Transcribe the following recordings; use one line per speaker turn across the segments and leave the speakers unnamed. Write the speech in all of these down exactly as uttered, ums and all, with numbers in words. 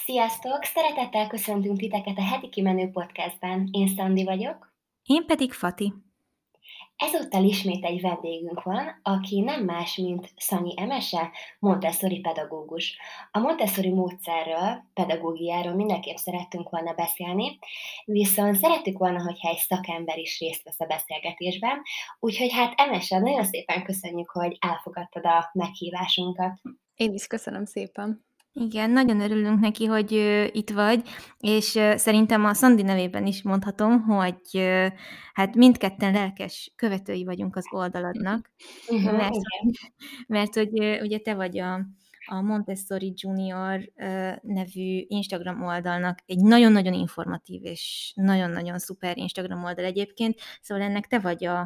Sziasztok! Szeretettel köszöntünk titeket a Heti Kimenő Podcastben. Én Szandi vagyok.
Én pedig Fati.
Ezúttal ismét egy vendégünk van, aki nem más, mint Szanyi Emese, Montessori pedagógus. A Montessori módszerről, pedagógiáról mindenképp szerettünk volna beszélni, viszont szerettük volna, hogyha egy szakember is részt vesz a beszélgetésben, úgyhogy hát Emese, nagyon szépen köszönjük, hogy elfogadtad a meghívásunkat.
Én is köszönöm szépen.
Igen, nagyon örülünk neki, hogy ö, itt vagy, és ö, szerintem a Szandi nevében is mondhatom, hogy ö, hát mindketten lelkes követői vagyunk az oldaladnak,
Uh-huh,
mert,
igen.
mert hogy ö, ugye te vagy a, a Montessori Junior ö, nevű Instagram oldalnak egy nagyon-nagyon informatív és nagyon-nagyon szuper Instagram oldal egyébként, szóval ennek te vagy a,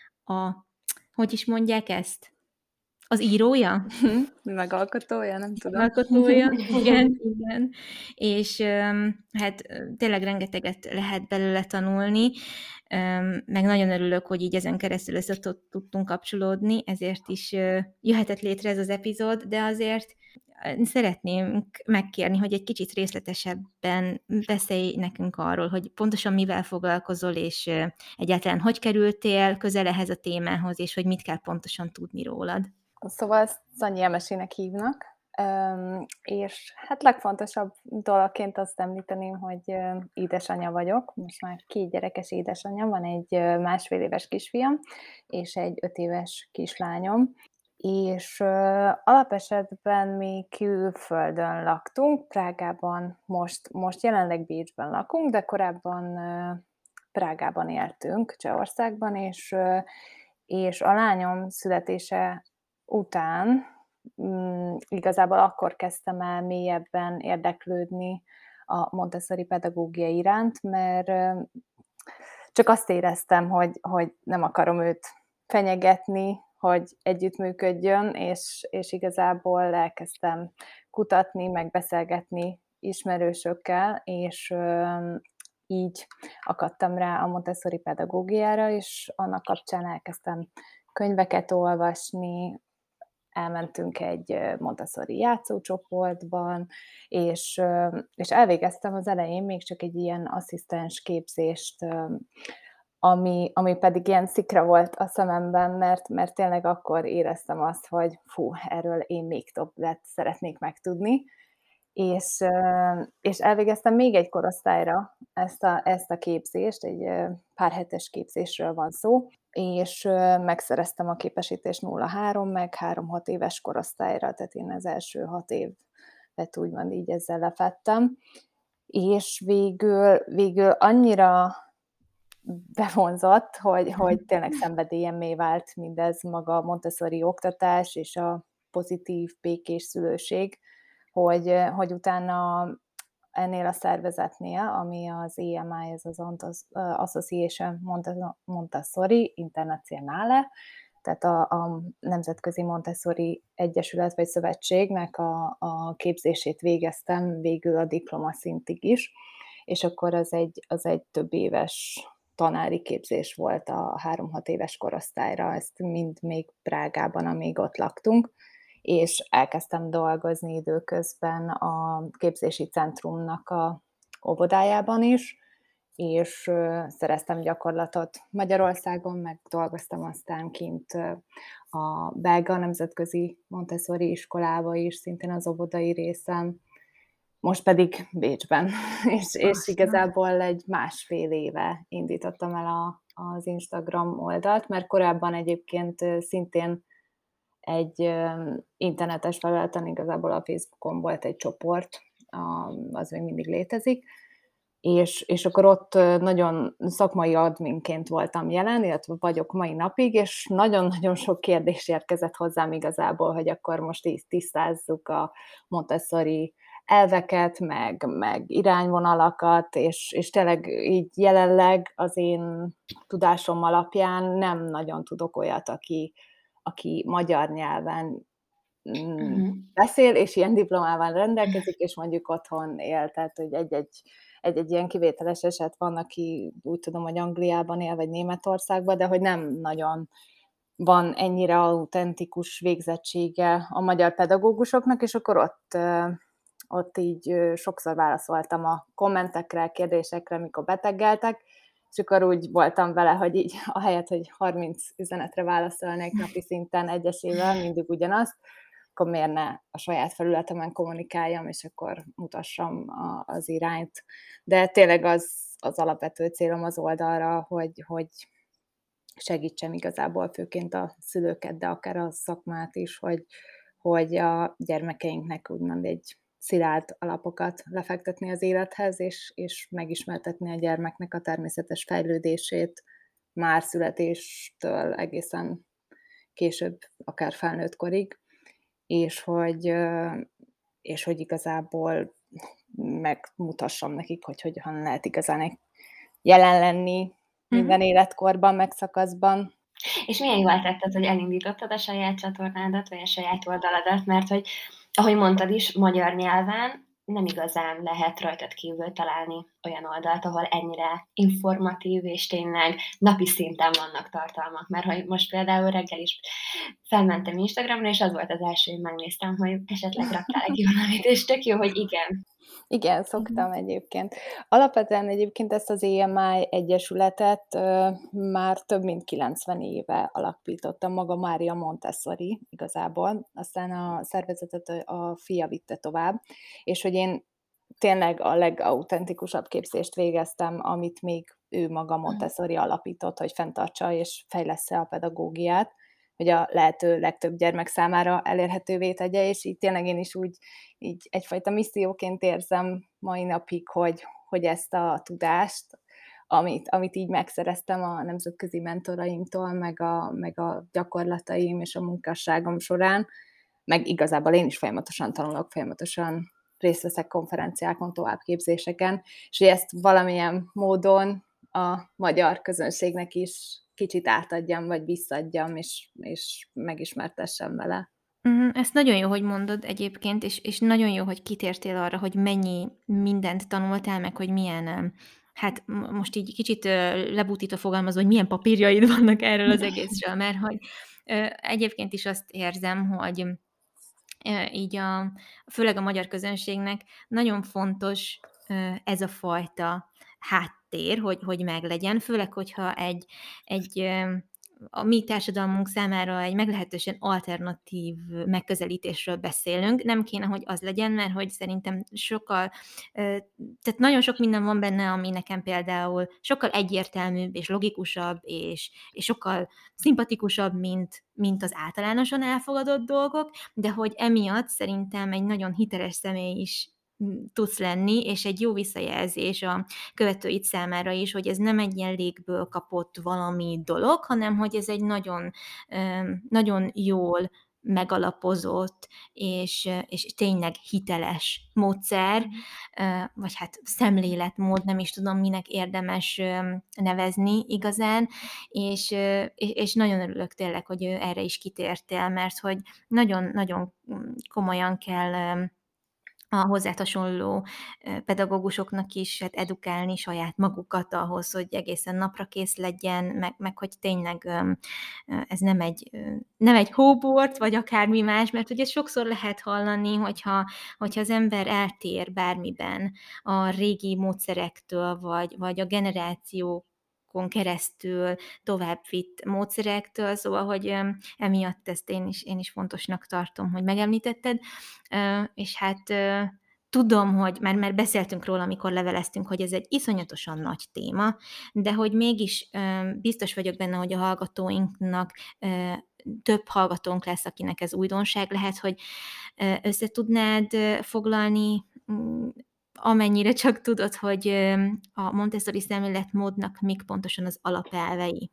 a hogy is mondják ezt? Az írója?
Megalkotója, nem tudom.
Megalkotója, igen, igen. És öm, hát ö, tényleg rengeteget lehet belőle tanulni, öm, meg nagyon örülök, hogy így ezen keresztül össze tud- tudtunk kapcsolódni, ezért is ö, jöhetett létre ez az epizód, de azért ö, szeretném megkérni, hogy egy kicsit részletesebben beszélj nekünk arról, hogy pontosan mivel foglalkozol, és ö, egyáltalán hogy kerültél közel ehhez a témához, és hogy mit kell pontosan tudni rólad.
Szóval ezt Szanyi Emesének hívnak, Öm, és hát legfontosabb dologként azt említeném, hogy ö, édesanyja vagyok, most már két gyerekes édesanyja, van egy ö, másfél éves kisfiam, és egy öt éves kislányom, és ö, alapesetben mi külföldön laktunk, Prágában, most, most jelenleg Bécsben lakunk, de korábban ö, Prágában éltünk, Csehországban, és, ö, és a lányom születése után mm, igazából akkor kezdtem el mélyebben érdeklődni a Montessori pedagógia iránt, mert ö, csak azt éreztem, hogy, hogy nem akarom őt fenyegetni, hogy együttműködjön, és, és igazából elkezdtem kutatni, meg beszélgetni ismerősökkel, és ö, így akadtam rá a Montessori pedagógiára, és annak kapcsán elkezdtem könyveket olvasni, elmentünk egy Montessori játszócsoportban, és, és elvégeztem az elején még csak egy ilyen asszisztens képzést, ami, ami pedig ilyen szikra volt a szememben, mert, mert tényleg akkor éreztem azt, hogy fú, erről én még többet szeretnék megtudni, és, és elvégeztem még egy korosztályra ezt a, ezt a képzést, egy pár hetes képzésről van szó, és megszereztem a képesítés nulla három, meg három-hat éves korosztályra, tehát én az első hat évet úgymond így ezzel lefettem, és végül, végül annyira bevonzott, hogy, hogy tényleg szenvedélyemmé vált mindez, maga a Montessori oktatás és a pozitív, békés szülőség, hogy, hogy utána ennél a szervezetnél, ami az á em i, ez az Association Montessori Internazionale, tehát a, a Nemzetközi Montessori Egyesület vagy Szövetségnek a, a képzését végeztem végül a diplomaszintig is, és akkor az egy, az egy több éves tanári képzés volt a három-hat éves korosztályra, ezt mind még Prágában, amíg ott laktunk, és elkezdtem dolgozni időközben a képzési centrumnak a óvodájában is, és szereztem gyakorlatot Magyarországon, meg dolgoztam aztán kint a belga nemzetközi Montessori iskolába is, szintén az óvodai részen, most pedig Bécsben, és, és igazából egy másfél éve indítottam el a, az Instagram oldalt, mert korábban egyébként szintén egy internetes felületen, igazából a Facebookon volt egy csoport, az még mindig létezik, és, és akkor ott nagyon szakmai adminként voltam jelen, illetve vagyok mai napig, és nagyon-nagyon sok kérdés érkezett hozzám igazából, hogy akkor most így tisztázzuk a Montessori elveket, meg, meg irányvonalakat, és, és tényleg így jelenleg az én tudásom alapján nem nagyon tudok olyat, aki, aki magyar nyelven mm, beszél, és ilyen diplomával rendelkezik, és mondjuk otthon él, tehát hogy egy-egy, egy-egy ilyen kivételes eset van, aki úgy tudom, hogy Angliában él, vagy Németországban, de hogy nem nagyon van ennyire autentikus végzettsége a magyar pedagógusoknak, és akkor ott ott így sokszor válaszoltam a kommentekre, kérdésekre, mikor beteggeltek, és akkor úgy voltam vele, hogy így ahelyett, hogy harminc üzenetre válaszolnék napi szinten egyesével, mindig ugyanazt, akkor miért ne a saját felületemen kommunikáljam, és akkor mutassam a, az irányt. De tényleg az, az alapvető célom az oldalra, hogy, hogy segítsem igazából főként a szülőket, de akár a szakmát is, hogy, hogy a gyermekeinknek úgymond egy szilárd alapokat lefektetni az élethez, és, és megismertetni a gyermeknek a természetes fejlődését már születéstől egészen később, akár felnőtt korig, és hogy, és hogy igazából megmutassam nekik, hogy hogyan lehet igazán jelen lenni minden uh-huh. életkorban, meg szakaszban.
És milyen jól tetted, hogy elindítottad a saját csatornádat, vagy a saját oldaladat, mert hogy, ahogy mondtad is, magyar nyelven nem igazán lehet rajtad kívül találni olyan oldalt, ahol ennyire informatív, és tényleg napi szinten vannak tartalmak, mert hogy most például reggel is felmentem Instagramra, és az volt az első, hogy megnéztem, hogy esetleg raktál egy valamit, és tök jó, hogy igen.
Igen, szoktam uh-huh. egyébként. Alapvetően egyébként ezt az á em i Egyesületet uh, már több mint kilencven éve alapítottam, maga Mária Montessori igazából, aztán a szervezetet a fia vitte tovább, és hogy én tényleg a legautentikusabb képzést végeztem, amit még ő maga Montessori alapított, hogy fenntartsa és fejlessze a pedagógiát, hogy a lehető legtöbb gyermek számára elérhetővé tegye, és így tényleg én is úgy így egyfajta misszióként érzem mai napig, hogy, hogy ezt a tudást, amit, amit így megszereztem a nemzetközi mentoraimtól, meg a, meg a gyakorlataim és a munkásságom során, meg igazából én is folyamatosan tanulok, folyamatosan részt veszek konferenciákon, továbbképzéseken, és hogy ezt valamilyen módon a magyar közönségnek is kicsit átadjam, vagy visszaadjam, és, és megismertessem vele.
Ezt nagyon jó, hogy mondod egyébként, és, és nagyon jó, hogy kitértél arra, hogy mennyi mindent tanultál, meg hogy milyen, hát most így kicsit lebutítva fogalmazva, hogy milyen papírjaid vannak erről az egészről, mert hogy egyébként is azt érzem, hogy így a, főleg a magyar közönségnek nagyon fontos ez a fajta háttér, hogy, hogy meglegyen, főleg, hogyha egy, egy a mi társadalmunk számára egy meglehetősen alternatív megközelítésről beszélünk. Nem kéne, hogy az legyen, mert hogy szerintem sokkal, tehát nagyon sok minden van benne, ami nekem például sokkal egyértelműbb és logikusabb, és, és sokkal szimpatikusabb, mint, mint az általánosan elfogadott dolgok, de hogy emiatt szerintem egy nagyon hiteles személy is tudsz lenni, és egy jó visszajelzés a követőid számára is, hogy ez nem egy ilyen légből kapott valami dolog, hanem hogy ez egy nagyon, nagyon jól megalapozott, és, és tényleg hiteles módszer, vagy hát szemléletmód, nem is tudom, minek érdemes nevezni igazán, és, és nagyon örülök tényleg, hogy erre is kitértél, mert hogy nagyon-nagyon komolyan kell a hozzá hasonló pedagógusoknak is hát edukálni saját magukat ahhoz, hogy egészen napra kész legyen, meg, meg hogy tényleg ez nem egy, nem egy hóbort, vagy akármi más, mert ugye sokszor lehet hallani, hogyha, hogyha az ember eltér bármiben a régi módszerektől, vagy, vagy a generációk keresztül tovább vitt módszerektől, szóval, hogy emiatt ezt én is, én is fontosnak tartom, hogy megemlítetted, és hát tudom, hogy már, már beszéltünk róla, amikor leveleztünk, hogy ez egy iszonyatosan nagy téma, de hogy mégis biztos vagyok benne, hogy a hallgatóinknak több hallgatónk lesz, akinek ez újdonság lehet, hogy össze tudnád foglalni, amennyire csak tudod, hogy a Montessori szemléletmódnak mik pontosan az alapelvei.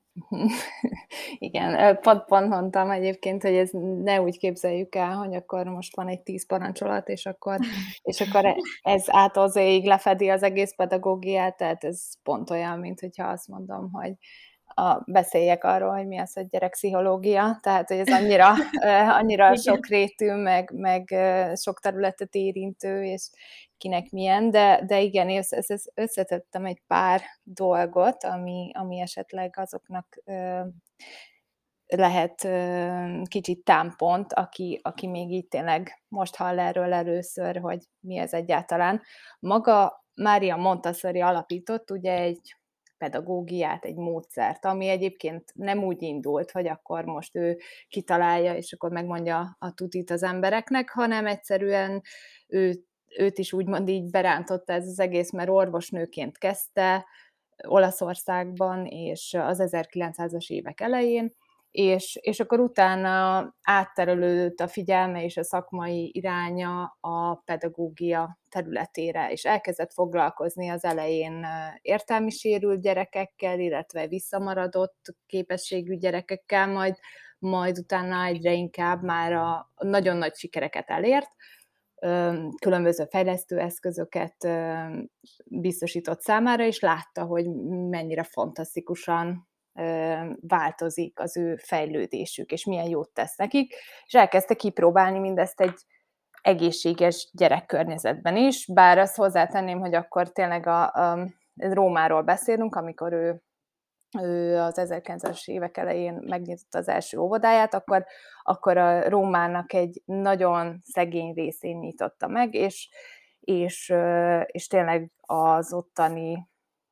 Igen, pont, pont mondtam egyébként, hogy ez ne úgy képzeljük el, hogy akkor most van egy tíz parancsolat, és akkor, és akkor ez ától zéig lefedi az egész pedagógiát, tehát ez pont olyan, mint hogyha azt mondom, hogy a, beszéljek arról, hogy mi az, hogy gyerekpszichológia, tehát hogy ez annyira, annyira sokrétű, meg, meg sok területet érintő, és kinek milyen, de, de igen, ezt, ezt összetettem egy pár dolgot, ami, ami esetleg azoknak ö, lehet kicsit támpont, aki, aki még így tényleg most hall erről először, hogy mi ez egyáltalán. Maga Maria Montessori alapított ugye egy pedagógiát, egy módszert, ami egyébként nem úgy indult, hogy akkor most ő kitalálja, és akkor megmondja a tutit az embereknek, hanem egyszerűen ő, őt is úgymond így berántotta ez az egész, mert orvosnőként kezdte Olaszországban, és az ezerkilencszázas évek elején, és, és akkor utána átterelődött a figyelme és a szakmai iránya a pedagógia területére, és elkezdett foglalkozni az elején értelmi sérült gyerekekkel, illetve visszamaradott képességű gyerekekkel, majd, majd utána egyre inkább már a nagyon nagy sikereket elért, különböző fejlesztő eszközöket biztosított számára, és látta, hogy mennyire fantasztikusan változik az ő fejlődésük, és milyen jót tesz nekik, és elkezdte kipróbálni mindezt egy egészséges gyerekkörnyezetben is, bár azt hozzátenném, hogy akkor tényleg a, a Rómáról beszélünk, amikor ő, ő az ezerkilencszázas évek elején megnyitotta az első óvodáját, akkor, akkor a Rómának egy nagyon szegény részén nyitotta meg, és, és, és tényleg az ottani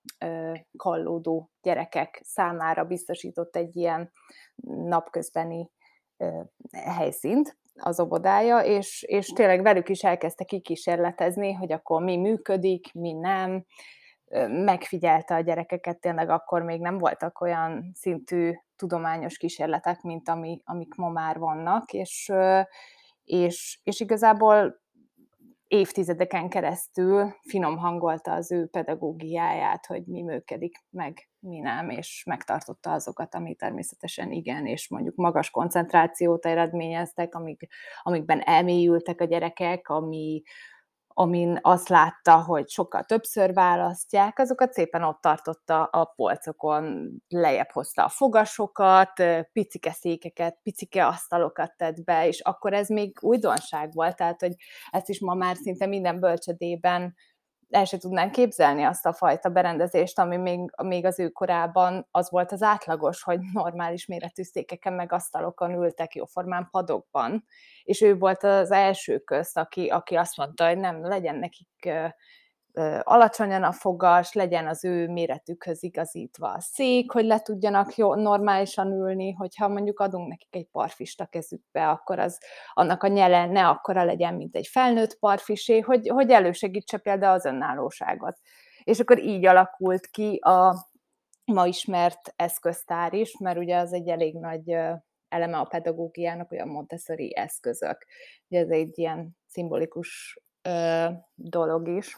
kallódó gyerekek számára biztosított egy ilyen napközbeni helyszínt az óvodája, és, és tényleg velük is elkezdte kikísérletezni, hogy akkor mi működik, mi nem, megfigyelte a gyerekeket, tényleg akkor még nem voltak olyan szintű tudományos kísérletek, mint ami, amik ma már vannak, és, és, és igazából évtizedeken keresztül finom hangolta az ő pedagógiáját, hogy mi működik, meg mi nem, és megtartotta azokat, ami természetesen igen, és mondjuk magas koncentrációt eredményeztek, amik, amikben elmélyültek a gyerekek, ami, amin azt látta, hogy sokkal többször választják, azokat szépen ott tartotta a polcokon, lejjebb hozta a fogasokat, picike székeket, picike asztalokat tett be, és akkor ez még újdonság volt, tehát hogy ezt is ma már szinte minden bölcsödében el se tudnánk képzelni azt a fajta berendezést, ami még, még az ő korában az volt az átlagos, hogy normális méretű székeken meg asztalokon ültek jóformán padokban, és ő volt az első közt, aki, aki azt mondta, hogy nem, legyen nekik uh, uh, alacsonyan a fogas, legyen az ő méretükhöz igazítva a szék, hogy le tudjanak jó, normálisan ülni, hogyha mondjuk adunk nekik egy parfist a kezükbe, akkor az, annak a nyele ne akkora legyen, mint egy felnőtt parfisé, hogy, hogy elősegítse például az önállóságot. És akkor így alakult ki a ma ismert eszköztár is, mert ugye az egy elég nagy eleme a pedagógiának, olyan Montessori eszközök. Ugye ez egy ilyen szimbolikus ö, dolog is.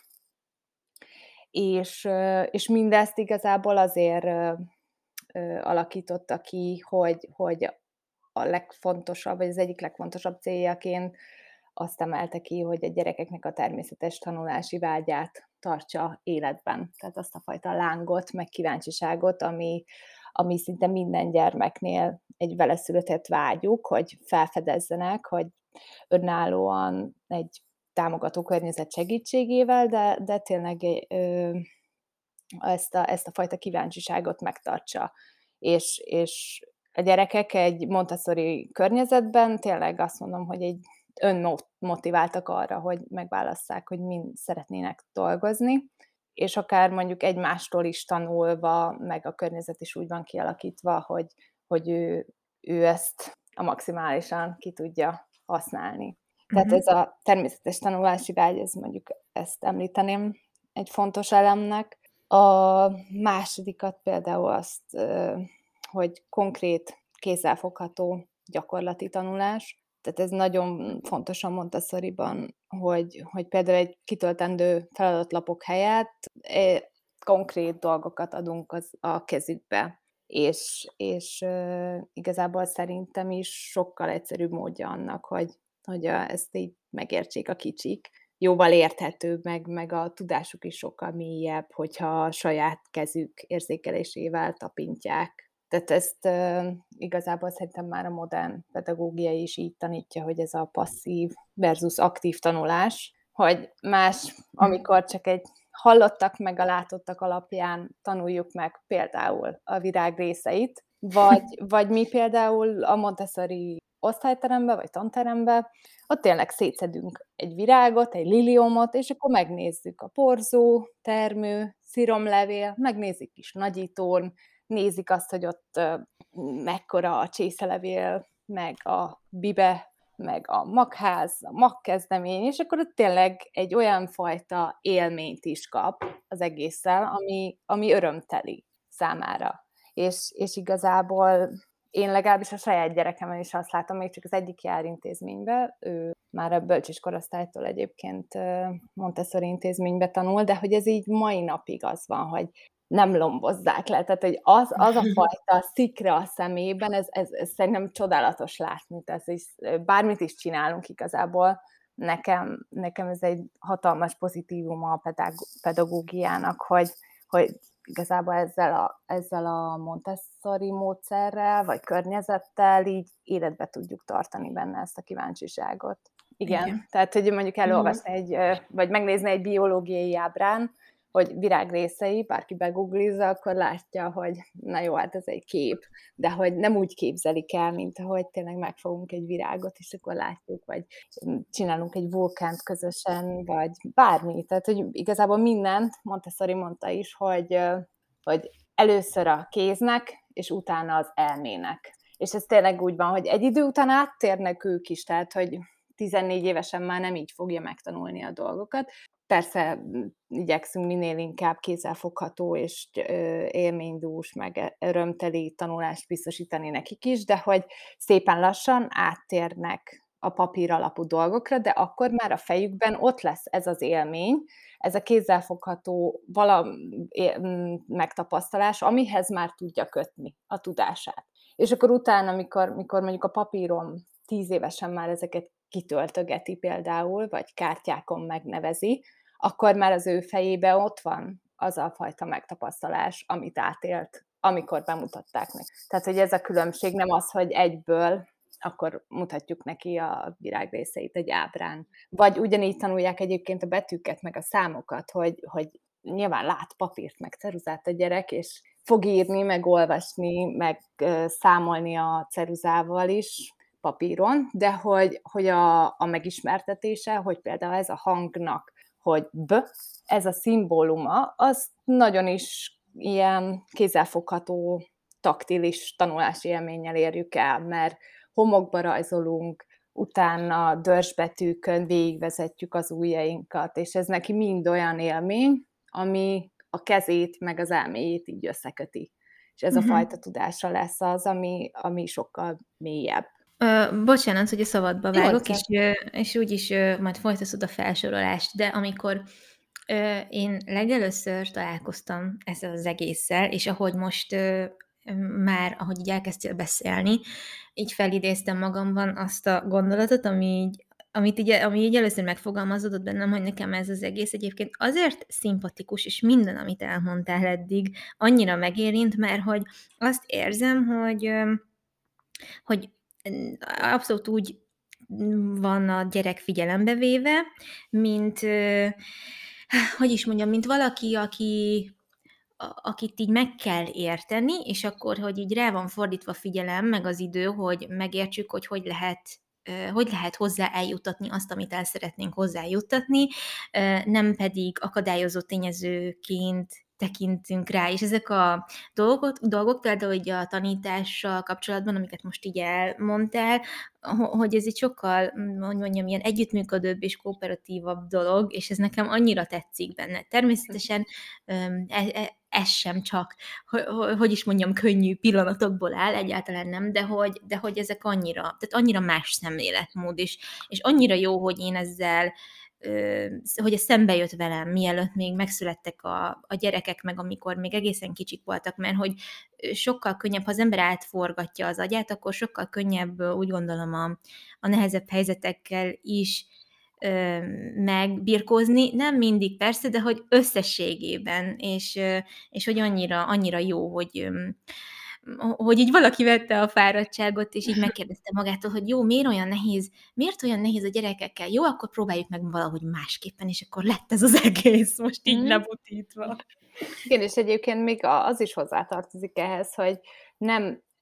És, ö, és mindezt igazából azért ö, ö, alakította ki, hogy, hogy a legfontosabb, vagy az egyik legfontosabb céljaként azt emelte ki, hogy a gyerekeknek a természetes tanulási vágyát tartsa életben. Tehát azt a fajta lángot, meg kíváncsiságot, ami, ami szinte minden gyermeknél egy veleszületett vágyuk, hogy felfedezzenek, hogy önállóan egy támogató környezet segítségével, de, de tényleg ö, ezt, a, ezt a fajta kíváncsiságot megtartsa. És, és a gyerekek egy Montessori környezetben tényleg azt mondom, hogy egy önmotiváltak arra, hogy megválasszák, hogy mind szeretnének dolgozni, és akár mondjuk egymástól is tanulva, meg a környezet is úgy van kialakítva, hogy, hogy ő, ő ezt a maximálisan ki tudja használni. Uh-huh. Tehát ez a természetes tanulási vágy, ez mondjuk ezt említeném egy fontos elemnek. A másodikat például azt, hogy konkrét, kézzelfogható gyakorlati tanulás. Tehát ez nagyon fontos a Montessoriban, hogy, hogy például egy kitöltendő feladatlapok helyett konkrét dolgokat adunk az, a kezükbe. És, és uh, igazából szerintem is sokkal egyszerűbb módja annak, hogy, hogy a, ezt így megértsék a kicsik. Jóval érthetőbb, meg, meg a tudásuk is sokkal mélyebb, hogyha a saját kezük érzékelésével tapintják. Tehát ezt uh, igazából szerintem már a modern pedagógia is így tanítja, hogy ez a passzív versus aktív tanulás, hogy más, amikor csak egy hallottak meg a látottak alapján tanuljuk meg például a virág részeit, vagy, vagy mi például a Montessori osztályterembe, vagy tanterembe, ott tényleg szétszedünk egy virágot, egy liliomot, és akkor megnézzük a porzó, termő, sziromlevél, megnézik is nagyítón, nézik azt, hogy ott mekkora a csészelevél, meg a bibe, meg a magház, a magkezdemény, és akkor ott tényleg egy olyan fajta élményt is kap az egésszel, ami, ami örömteli számára. És, és igazából én legalábbis a saját gyerekemen is azt látom, még csak az egyik jár intézménybe, ő már a bölcsés korosztálytól egyébként Montessori intézménybe tanul, de hogy ez így mai napig az van, hogy nem lombozzák le. Tehát, hogy az, az a fajta szikra a szemében, ez, ez, ez szerintem csodálatos látni. Tehát ez is, bármit is csinálunk igazából, nekem, nekem ez egy hatalmas pozitívuma a pedagógiának, hogy, hogy igazából ezzel a, ezzel a Montessori módszerrel, vagy környezettel így életbe tudjuk tartani benne ezt a kíváncsiságot. Igen, Igen. Tehát, hogy mondjuk elolvasni egy, vagy megnézni egy biológiai ábrán, hogy virágrészei, bárki begooglizza, akkor látja, hogy na jó, hát ez egy kép, de hogy nem úgy képzelik el, mint ahogy tényleg megfogunk egy virágot, és akkor látjuk, vagy csinálunk egy vulkánt közösen, vagy bármi. Tehát, hogy igazából mindent, Montessori mondta is, hogy, hogy először a kéznek, és utána az elmének. És ez tényleg úgy van, hogy egy idő után áttérnek ők is, tehát, hogy tizennégy évesen már nem így fogja megtanulni a dolgokat. Persze igyekszünk minél inkább kézzelfogható és élménydús, meg örömteli tanulást biztosítani nekik is, de hogy szépen lassan áttérnek a papír alapú dolgokra, de akkor már a fejükben ott lesz ez az élmény, ez a kézzelfogható vala megtapasztalás, amihez már tudja kötni a tudását. És akkor utána, amikor, amikor mondjuk a papíron tíz évesen már ezeket kitöltögeti például, vagy kártyákon megnevezi, akkor már az ő fejébe ott van az a fajta megtapasztalás, amit átélt, amikor bemutatták neki. Tehát, hogy ez a különbség nem az, hogy egyből akkor mutatjuk neki a virágrészeit egy ábrán. Vagy ugyanígy tanulják egyébként a betűket, meg a számokat, hogy, hogy nyilván lát papírt, meg ceruzát a gyerek, és fog írni, meg olvasni, meg számolni a ceruzával is, papíron, de hogy, hogy a, a megismertetése, hogy például ez a hangnak, hogy b, ez a szimbóluma, az nagyon is ilyen kézzelfogható, taktilis tanulási élménnyel érjük el, mert homokba rajzolunk, utána dörzsbetűkön végigvezetjük az ujjainkat, és ez neki mind olyan élmény, ami a kezét meg az elméjét így összeköti. És ez uh-huh. a fajta tudása lesz az, ami, ami sokkal mélyebb.
Uh, bocsánat, hogy a szabadba vágok, és, és úgyis uh, majd folytatod a felsorolást, de amikor uh, én legelőször találkoztam ezzel az egésszel, és ahogy most uh, már, ahogy így elkezdtél beszélni, így felidéztem magamban azt a gondolatot, ami így, amit így, ami így először megfogalmazódott bennem, hogy nekem ez az egész egyébként azért szimpatikus, és minden, amit elmondtál eddig, annyira megérint, mert hogy azt érzem, hogy, uh, hogy abszolút úgy van a gyerek figyelembe véve, mint, hogy is mondjam, mint valaki, aki, akit így meg kell érteni, és akkor, hogy így rá van fordítva figyelem, meg az idő, hogy megértsük, hogy hogy lehet, hogy lehet hozzá eljutatni azt, amit el szeretnénk hozzájuttatni, nem pedig akadályozó tényezőként tekintünk rá, és ezek a dolgok, dolgok például így a tanítással kapcsolatban, amiket most így elmondtál, hogy ez egy sokkal, hogy mondjam, ilyen együttműködőbb és kooperatívabb dolog, és ez nekem annyira tetszik benne. Természetesen ez sem csak, hogy is mondjam, könnyű pillanatokból áll, egyáltalán nem, de hogy, de hogy ezek annyira, tehát annyira más szemléletmód is, és annyira jó, hogy én ezzel hogy ez szembe jött velem, mielőtt még megszülettek a, a gyerekek, meg amikor még egészen kicsik voltak, mert hogy sokkal könnyebb, ha az ember átforgatja az agyát, akkor sokkal könnyebb, úgy gondolom, a, a nehezebb helyzetekkel is ö, megbirkózni, nem mindig persze, de hogy összességében, és, és hogy annyira, annyira jó, hogy hogy így valaki vette a fáradtságot, és így megkérdezte magától, hogy jó, miért olyan nehéz, miért olyan nehéz a gyerekekkel? Jó, akkor próbáljuk meg valahogy másképpen, és akkor lett ez az egész most így mm. lebutítva.
Igen, és egyébként még az is hozzátartozik ehhez, hogy nem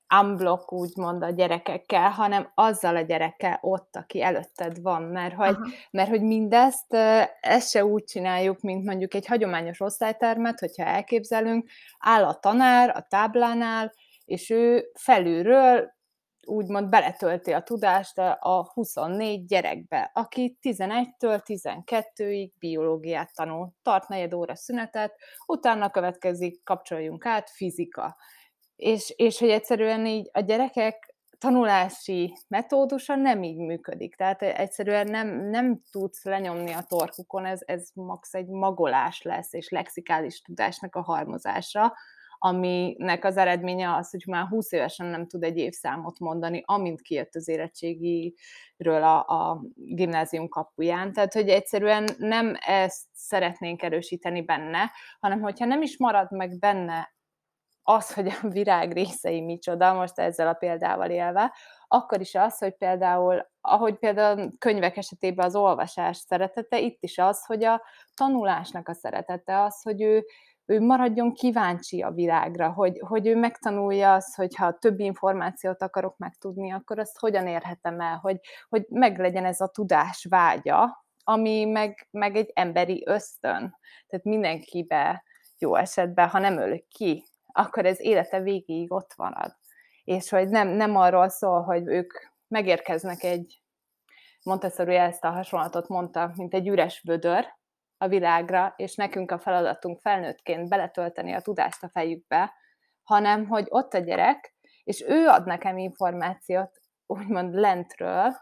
unblock úgymond a gyerekekkel, hanem azzal a gyerekkel ott, aki előtted van, mert hogy, mert hogy mindezt, ezt se úgy csináljuk, mint mondjuk egy hagyományos osztálytermet, hogyha elképzelünk, áll a tanár a táblánál, és ő felülről úgymond beletölti a tudást a huszonnégy gyerekbe, aki tizenegytől tizenkettőig biológiát tanul, tart negyed óra szünetet, utána következik, kapcsoljunk át, fizika. És, és hogy egyszerűen így a gyerekek tanulási metódusa nem így működik. Tehát egyszerűen nem, nem tudsz lenyomni a torkukon, ez, ez max egy magolás lesz, és lexikális tudásnak a halmozása, aminek az eredménye az, hogy már húsz évesen nem tud egy évszámot mondani, amint kijött az érettségiről a, a gimnázium kapuján. Tehát, hogy egyszerűen nem ezt szeretnénk erősíteni benne, hanem hogyha nem is marad meg benne az, hogy a virág részei micsoda, most ezzel a példával élve, akkor is az, hogy például, ahogy például könyvek esetében az olvasás szeretete, itt is az, hogy a tanulásnak a szeretete az, hogy ő, ő maradjon kíváncsi a világra, hogy, hogy ő megtanulja azt, hogy ha több információt akarok megtudni, akkor azt hogyan érhetem el, hogy, hogy meglegyen ez a tudás vágya, ami meg, meg egy emberi ösztön. Tehát mindenkibe jó esetben, ha nem öl ki, akkor ez élete végéig ott marad. És hogy nem, nem arról szól, hogy ők megérkeznek egy, Montessori ezt a hasonlatot mondta, mint egy üres vödör a világra, és nekünk a feladatunk felnőttként beletölteni a tudást a fejükbe, hanem hogy ott a gyerek, és ő ad nekem információt, úgymond lentről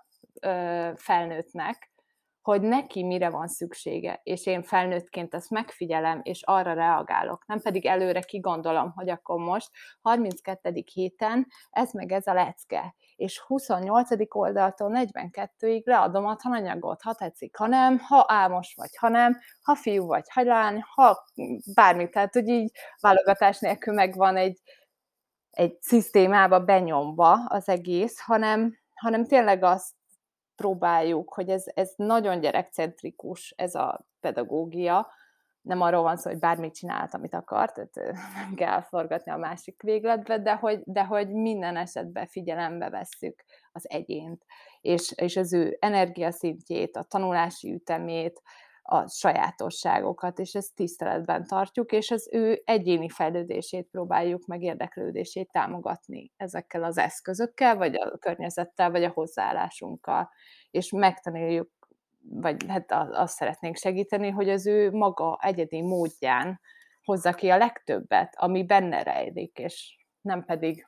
felnőttnek, hogy neki mire van szüksége, és én felnőttként ezt megfigyelem, és arra reagálok, nem pedig előre kigondolom, hogy akkor most harminckettedik héten ez meg ez a lecke, és huszonnyolcadik oldaltól negyvenkettőig leadom a tananyagot, ha tetszik, ha nem, ha álmos vagy, ha nem, ha fiú vagy, ha lány, ha bármi, tehát hogy így válogatás nélkül megvan egy, egy szisztémába benyomva az egész, hanem, hanem tényleg azt próbáljuk, hogy ez, ez nagyon gyerekcentrikus, ez a pedagógia. Nem arról van szó, hogy bármit csinált, amit akart, tehát nem kell forgatni a másik végletbe, de hogy, de hogy minden esetben figyelembe vesszük az egyént, és, és az ő energiaszintjét, a tanulási ütemét, a sajátosságokat, és ezt tiszteletben tartjuk, és az ő egyéni fejlődését próbáljuk meg, érdeklődését támogatni ezekkel az eszközökkel, vagy a környezettel, vagy a hozzáállásunkkal, és megtanuljuk, vagy hát azt szeretnénk segíteni, hogy az ő maga egyedi módján hozza ki a legtöbbet, ami benne rejlik, és nem pedig,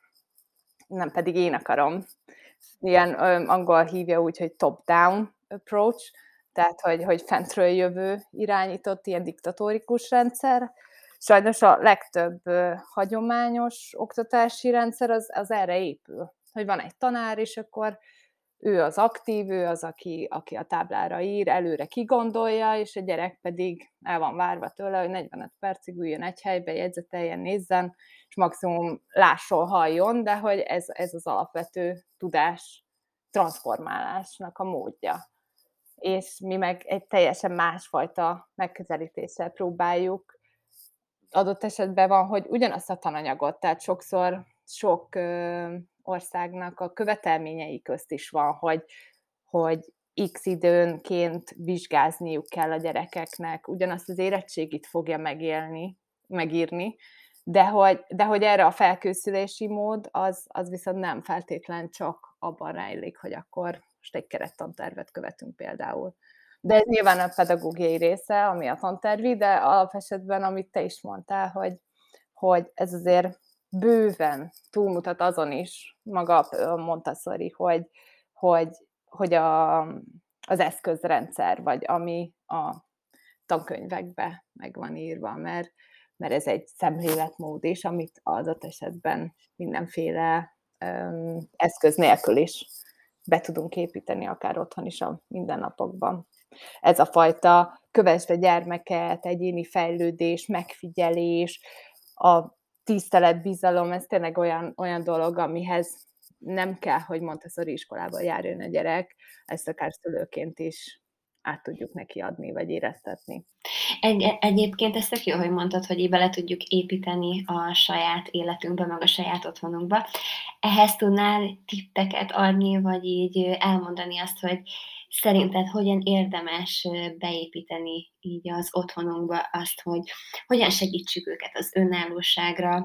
nem pedig én akarom. Ilyen angol hívja úgy, hogy top-down approach, tehát, hogy, hogy fentről jövő irányított, ilyen diktatórikus rendszer. Sajnos a legtöbb hagyományos oktatási rendszer az, az erre épül, hogy van egy tanár, és akkor ő az aktív, ő az, aki, aki a táblára ír, előre kigondolja, és a gyerek pedig el van várva tőle, hogy negyvenöt percig üljön egy helybe, jegyzeteljen, nézzen, és maximum lásson, halljon, de hogy ez, ez az alapvető tudás transformálásnak a módja. És mi meg egy teljesen másfajta megközelítéssel próbáljuk. Adott esetben van, hogy ugyanazt a tananyagot, tehát sokszor sok ö, országnak a követelményei közt is van, hogy, hogy x időnként vizsgázniuk kell a gyerekeknek, ugyanazt az érettségit fogja megélni, megírni, de hogy, de hogy erre a felkészülési mód, az, az viszont nem feltétlen csak abban rejlik, hogy akkor most egy kerettantervet követünk például. De ez nyilván a pedagógiai része, ami a tantervi, de alapesetben, amit te is mondtál, hogy, hogy ez azért bőven túlmutat azon is, maga a Montessori, hogy, hogy, hogy a, az eszközrendszer, vagy ami a tankönyvekbe meg van írva, mert, mert ez egy szemléletmód is, amit adott esetben mindenféle um, eszköz nélkül is be tudunk építeni, akár otthon is a mindennapokban. Ez a fajta kövesd a gyermeket, egyéni fejlődés, megfigyelés, a tisztelet, bizalom, ez tényleg olyan, olyan dolog, amihez nem kell, hogy Montessori iskolába járjon a gyerek, ezt akár szülőként is át tudjuk neki adni, vagy éreztetni.
Egy, egyébként ezt tök jó, hogy mondtad, hogy így bele tudjuk építeni a saját életünkbe, meg a saját otthonunkba. Ehhez tudnál tippeket adni, vagy így elmondani azt, hogy szerinted hogyan érdemes beépíteni így az otthonunkba azt, hogy hogyan segítsük őket az önállóságra,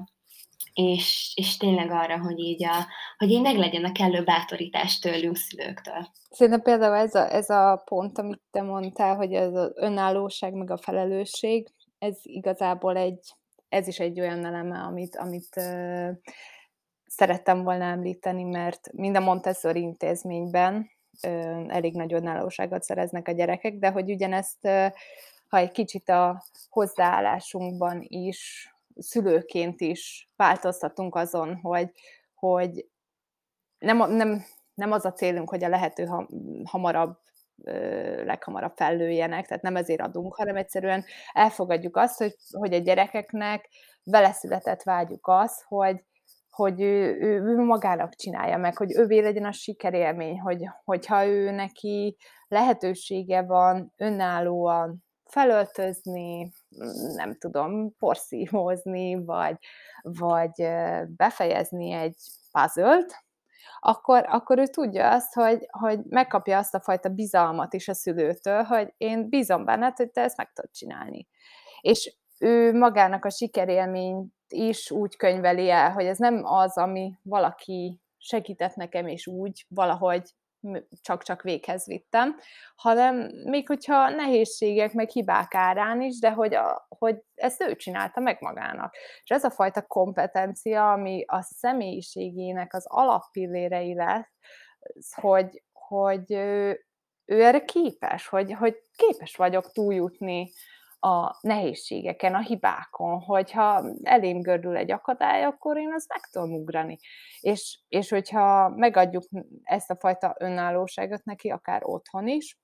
és, és tényleg arra, hogy így, a, hogy így meglegyen a kellő bátorítás tőlünk, szülőktől.
Szerintem például ez a, ez a pont, amit te mondtál, hogy ez az önállóság, meg a felelősség, ez igazából egy, ez is egy olyan eleme, amit, amit uh, szerettem volna említeni, mert mind a Montessori intézményben uh, elég nagy önállóságot szereznek a gyerekek, de hogy ugyanezt, uh, ha egy kicsit a hozzáállásunkban is, szülőként is változtatunk azon, hogy, hogy nem, nem, nem az a célunk, hogy a lehető hamarabb, leghamarabb fellőjenek, tehát nem ezért adunk, hanem egyszerűen elfogadjuk azt, hogy, hogy a gyerekeknek vele született vágyuk az, hogy, hogy ő, ő, ő magának csinálja meg, hogy ővé legyen a sikerélmény, hogy, hogyha ő neki lehetősége van önállóan felöltözni, nem tudom, porszívózni, vagy, vagy befejezni egy puzzle-t, akkor, akkor ő tudja azt, hogy, hogy megkapja azt a fajta bizalmat is a szülőtől, hogy én bízom benned, hogy te ezt meg tudod csinálni. És ő magának a sikerélményt is úgy könyveli el, hogy ez nem az, ami valaki segített nekem, és úgy valahogy csak-csak véghez vittem, hanem még hogyha nehézségek, meg hibák árán is, de hogy, a, hogy ezt ő csinálta meg magának. És ez a fajta kompetencia, ami a személyiségének az alappillérei lesz, hogy, hogy ő, ő erre képes, hogy, hogy képes vagyok túljutni a nehézségeken, a hibákon, hogyha elém gördül egy akadály, akkor én azt meg tudom ugrani. És, és hogyha megadjuk ezt a fajta önállóságot neki, akár otthon is,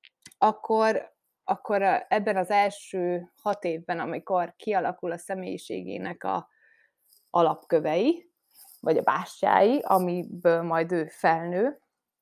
akkor, akkor ebben az első hat évben, amikor kialakul a személyiségének a alapkövei, vagy a bástyái, amiből majd ő felnő,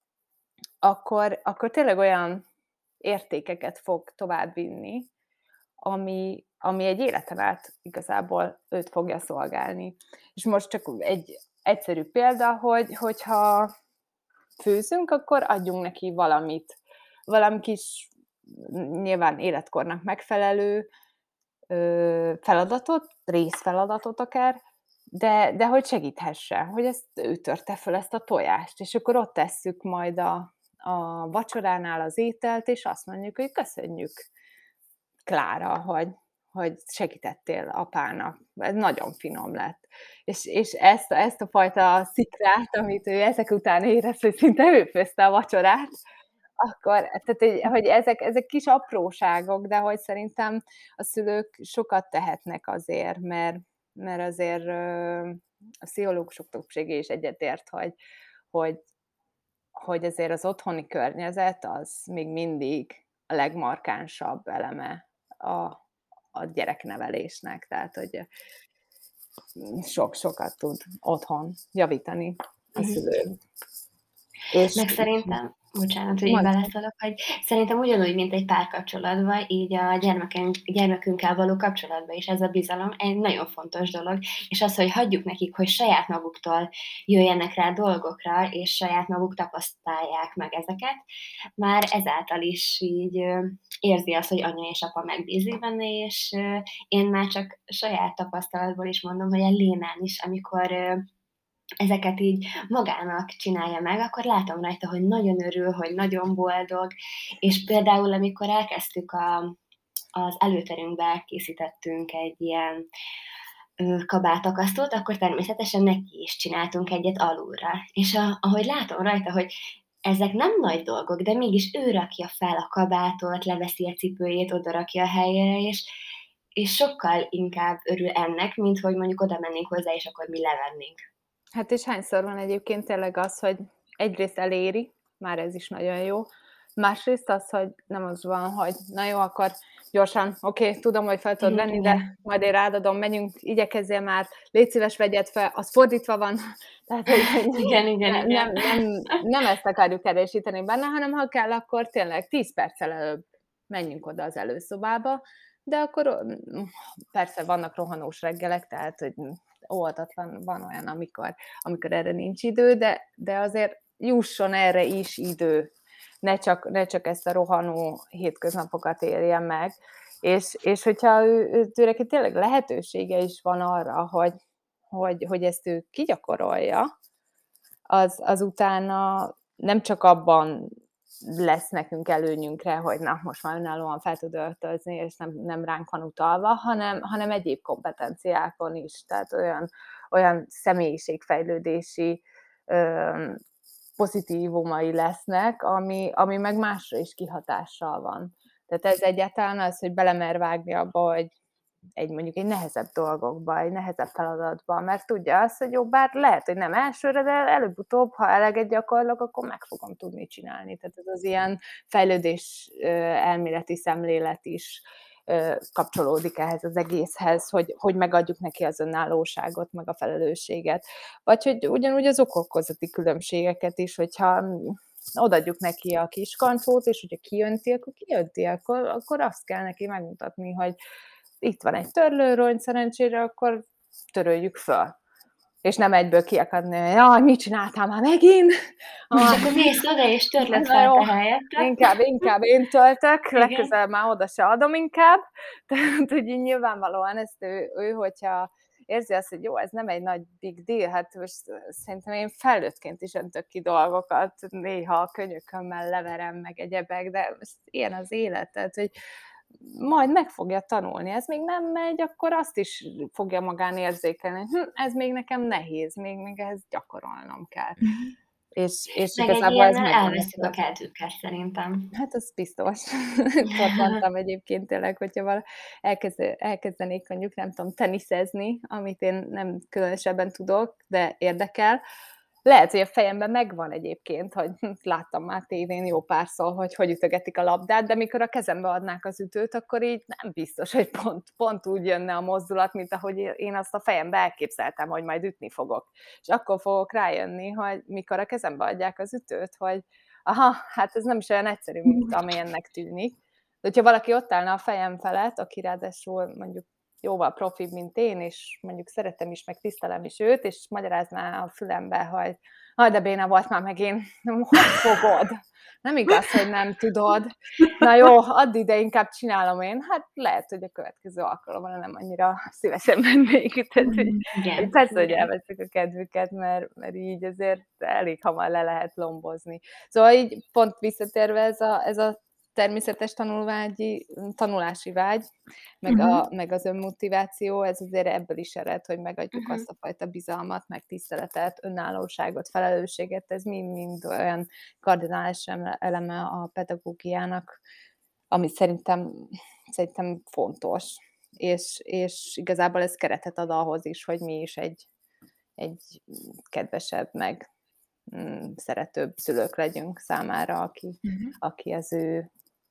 akkor, akkor tényleg olyan értékeket fog továbbvinni, ami, ami egy életen át igazából őt fogja szolgálni. És most csak egy egyszerű példa, hogy, hogyha főzünk, akkor adjunk neki valamit, valami kis, nyilván életkornak megfelelő ö, feladatot, részfeladatot akár, de, de hogy segíthesse, hogy ezt ő törte föl ezt a tojást, és akkor ott tesszük majd a, a vacsoránál az ételt, és azt mondjuk, hogy köszönjük, Klára, hogy, hogy segítettél apának. Ez nagyon finom lett. És, és ezt, ezt a fajta szikrát, amit ő ezek után érez, hogy szinte ő főzte a vacsorát, akkor, tehát, hogy ezek, ezek kis apróságok, de hogy szerintem a szülők sokat tehetnek azért, mert, mert azért a pszichológusok többsége is egyetért, hogy, hogy, hogy azért az otthoni környezet az még mindig a legmarkánsabb eleme a, a gyereknevelésnek, tehát hogy sok-sokat tud otthon javítani a szülő.
És meg szerintem, bocsánat, hogy így beleszólok, hogy szerintem ugyanúgy, mint egy párkapcsolatban, így a gyermekünk, gyermekünkkel való kapcsolatban is ez a bizalom egy nagyon fontos dolog, és az, hogy hagyjuk nekik, hogy saját maguktól jöjjenek rá dolgokra, és saját maguk tapasztalják meg ezeket, már ezáltal is így érzi azt, hogy anya és apa megbízik benne, és én már csak saját tapasztalatból is mondom, hogy a Lénán is, amikor ezeket így magának csinálja meg, akkor látom rajta, hogy nagyon örül, hogy nagyon boldog, és például amikor elkezdtük a, az előterünkbe készítettünk egy ilyen kabátakasztót, akkor természetesen neki is csináltunk egyet alulra. És a, ahogy látom rajta, hogy ezek nem nagy dolgok, de mégis ő rakja fel a kabátot, leveszi a cipőjét, odarakja a helyére, és, és sokkal inkább örül ennek, mint hogy mondjuk oda mennénk hozzá, és akkor mi levennénk.
Hát és hányszor van egyébként tényleg az, hogy egyrészt eléri, már ez is nagyon jó, másrészt az, hogy nem az van, hogy na jó, akkor gyorsan, oké, okay, tudom, hogy fel tudod venni, de
Igen.
majd én rád adom, menjünk, igyekezzél már, légy szíves, vegyed fel, az fordítva van, tehát hogy
Igen, igen,
nem,
igen.
nem, nem, nem ezt akarjuk erősíteni benne, hanem ha kell, akkor tényleg tíz perccel előbb menjünk oda az előszobába, de akkor persze vannak rohanós reggelek, tehát hogy óvatatlan van olyan, amikor, amikor erre nincs idő, de, de azért jusson erre is idő, ne csak, ne csak ezt a rohanó hétköznapokat éljen meg, és, és hogyha ő, ő, ő tényleg lehetősége is van arra, hogy, hogy, hogy ezt ő kigyakorolja, az, az utána nem csak abban lesz nekünk előnyünkre, hogy na, most már önállóan fel tud öltözni, és nem, nem ránk van utalva, hanem, hanem egyéb kompetenciákon is, tehát olyan, olyan személyiségfejlődési ö, pozitívumai lesznek, ami, ami meg másra is kihatással van. Tehát ez egyáltalán az, hogy belemer vágni abba, hogy egy mondjuk egy nehezebb dolgokba, egy nehezebb feladatba, mert tudja azt, hogy jó, bár lehet, hogy nem elsőre, de előbb-utóbb, ha eleget gyakorlok, akkor meg fogom tudni csinálni. Tehát ez az ilyen fejlődés elméleti szemlélet is kapcsolódik ehhez az egészhez, hogy, hogy megadjuk neki az önállóságot, meg a felelősséget. Vagy hogy ugyanúgy az okokozati különbségeket is, hogyha odaadjuk neki a kis kancsót, és hogyha kijönti, akkor kijönti, akkor, akkor azt kell neki megmutatni, hogy itt van egy törlőrony, szerencsére, akkor töröljük föl. És nem egyből kiakadni, hogy jaj, mit csináltál már megint?
Ah, és akkor mész oda, és törlöd fel a helyette.
Inkább, inkább én töltök, legközelebb már oda se adom inkább. Tehát, hogy nyilvánvalóan ezt ő, ő, hogyha érzi azt, hogy jó, ez nem egy nagy big deal, hát most szerintem én felnőttként is öntök ki dolgokat, néha a könyökömmel leverem meg egyebek, de most ilyen az élet, tehát, hogy majd meg fogja tanulni. Ez még nem megy, akkor azt is fogja magán érzékelni. Hm, ez még nekem nehéz, még, még ehhez gyakorolnom kell. Mm. És, és
meg
igazából
egy
ez meg
elveszik a keltőket szerintem.
Hát az biztos. Csak mondtam egyébként tényleg, hogyha vala elkezd, elkezdenék mondjuk, nem tudom, teniszezni, amit én nem különösebben tudok, de érdekel. Lehet, hogy a fejemben megvan egyébként, hogy láttam már tévén jó párszor, hogy hogy ütögetik a labdát, de mikor a kezembe adnák az ütőt, akkor így nem biztos, hogy pont, pont úgy jönne a mozdulat, mint ahogy én azt a fejembe elképzeltem, hogy majd ütni fogok. És akkor fogok rájönni, hogy mikor a kezembe adják az ütőt, hogy aha, hát ez nem is olyan egyszerű, mint amilyennek tűnik. De hogyha valaki ott állna a fejem felett, aki ráadásul mondjuk jóval profibb, mint én, és mondjuk szeretem is, meg tisztelem is őt, és magyarázná a fülembe, hogy ah, de béna volt már megint, hogy fogod? Nem igaz, hogy nem tudod. Na jó, add ide, inkább csinálom én. Hát lehet, hogy a következő alkalommal nem annyira szívesen mennék. Tehát, hogy, igen, persze, igen. Hogy elveszik a kedvüket, mert, mert így azért elég hamar le lehet lombozni. Szóval így pont visszatérve ez a, ez a természetes tanulvágyi, tanulási vágy, meg, uh-huh. a, meg az önmotiváció, ez azért ebből is ered, hogy megadjuk uh-huh. azt a fajta bizalmat, meg tiszteletet, önállóságot, felelősséget, ez mind-mind olyan kardinális eleme a pedagógiának, ami szerintem, szerintem fontos, és, és igazából ez keretet ad ahhoz is, hogy mi is egy, egy kedvesebb, meg mm, szeretőbb szülők legyünk számára, aki, uh-huh. aki az ő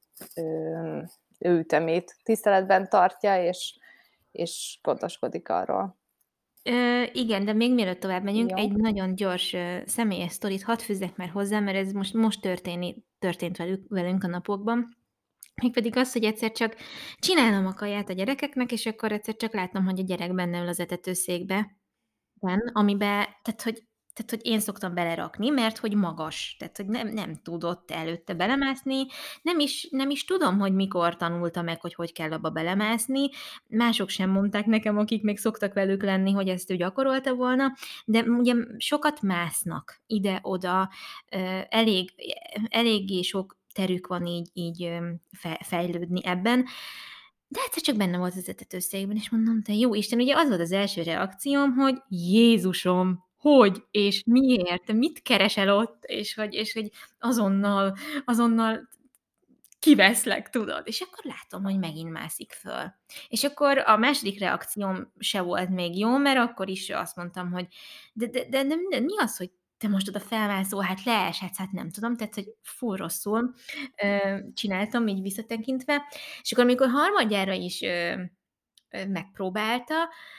ő, ő ütemét tiszteletben tartja, és, és gondoskodik arról.
Ö, igen, de még mielőtt tovább megyünk,
Jó.
egy nagyon gyors ö, személyes sztorit hadd fűzzek már hozzá, mert ez most, most történi, történt velük, velünk a napokban. Mégpedig az, hogy egyszer csak csinálom a kaját a gyerekeknek, és akkor egyszer csak látom, hogy a gyerek benne ül az etetőszékbe, amiben, tehát hogy Tehát, hogy én szoktam belerakni, mert hogy magas, tehát, hogy nem, nem tudott előtte belemászni, nem is, nem is tudom, hogy mikor tanulta meg, hogy hogy kell abba belemászni, mások sem mondták nekem, akik még szoktak velük lenni, hogy ezt ő gyakorolta volna, de ugye sokat másznak ide-oda, elég, eléggé sok terük van így, így fejlődni ebben, de egyszer csak benne volt az etetőszékben, és mondom, te jó Isten, ugye az volt az első reakcióm, hogy Jézusom, hogy, és miért, mit keresel ott, és hogy, és hogy azonnal, azonnal kiveszlek, tudod, és akkor látom, hogy megint mászik föl. És akkor a második reakcióm se volt még jó, mert akkor is azt mondtam, hogy de, de, de, de, de mi az, hogy te most oda felmászol, hát leeshetsz, hát nem tudom, tehát, hogy full rosszul ö, csináltam, így visszatekintve. És akkor, amikor harmadjára is ö, ö, megpróbálta,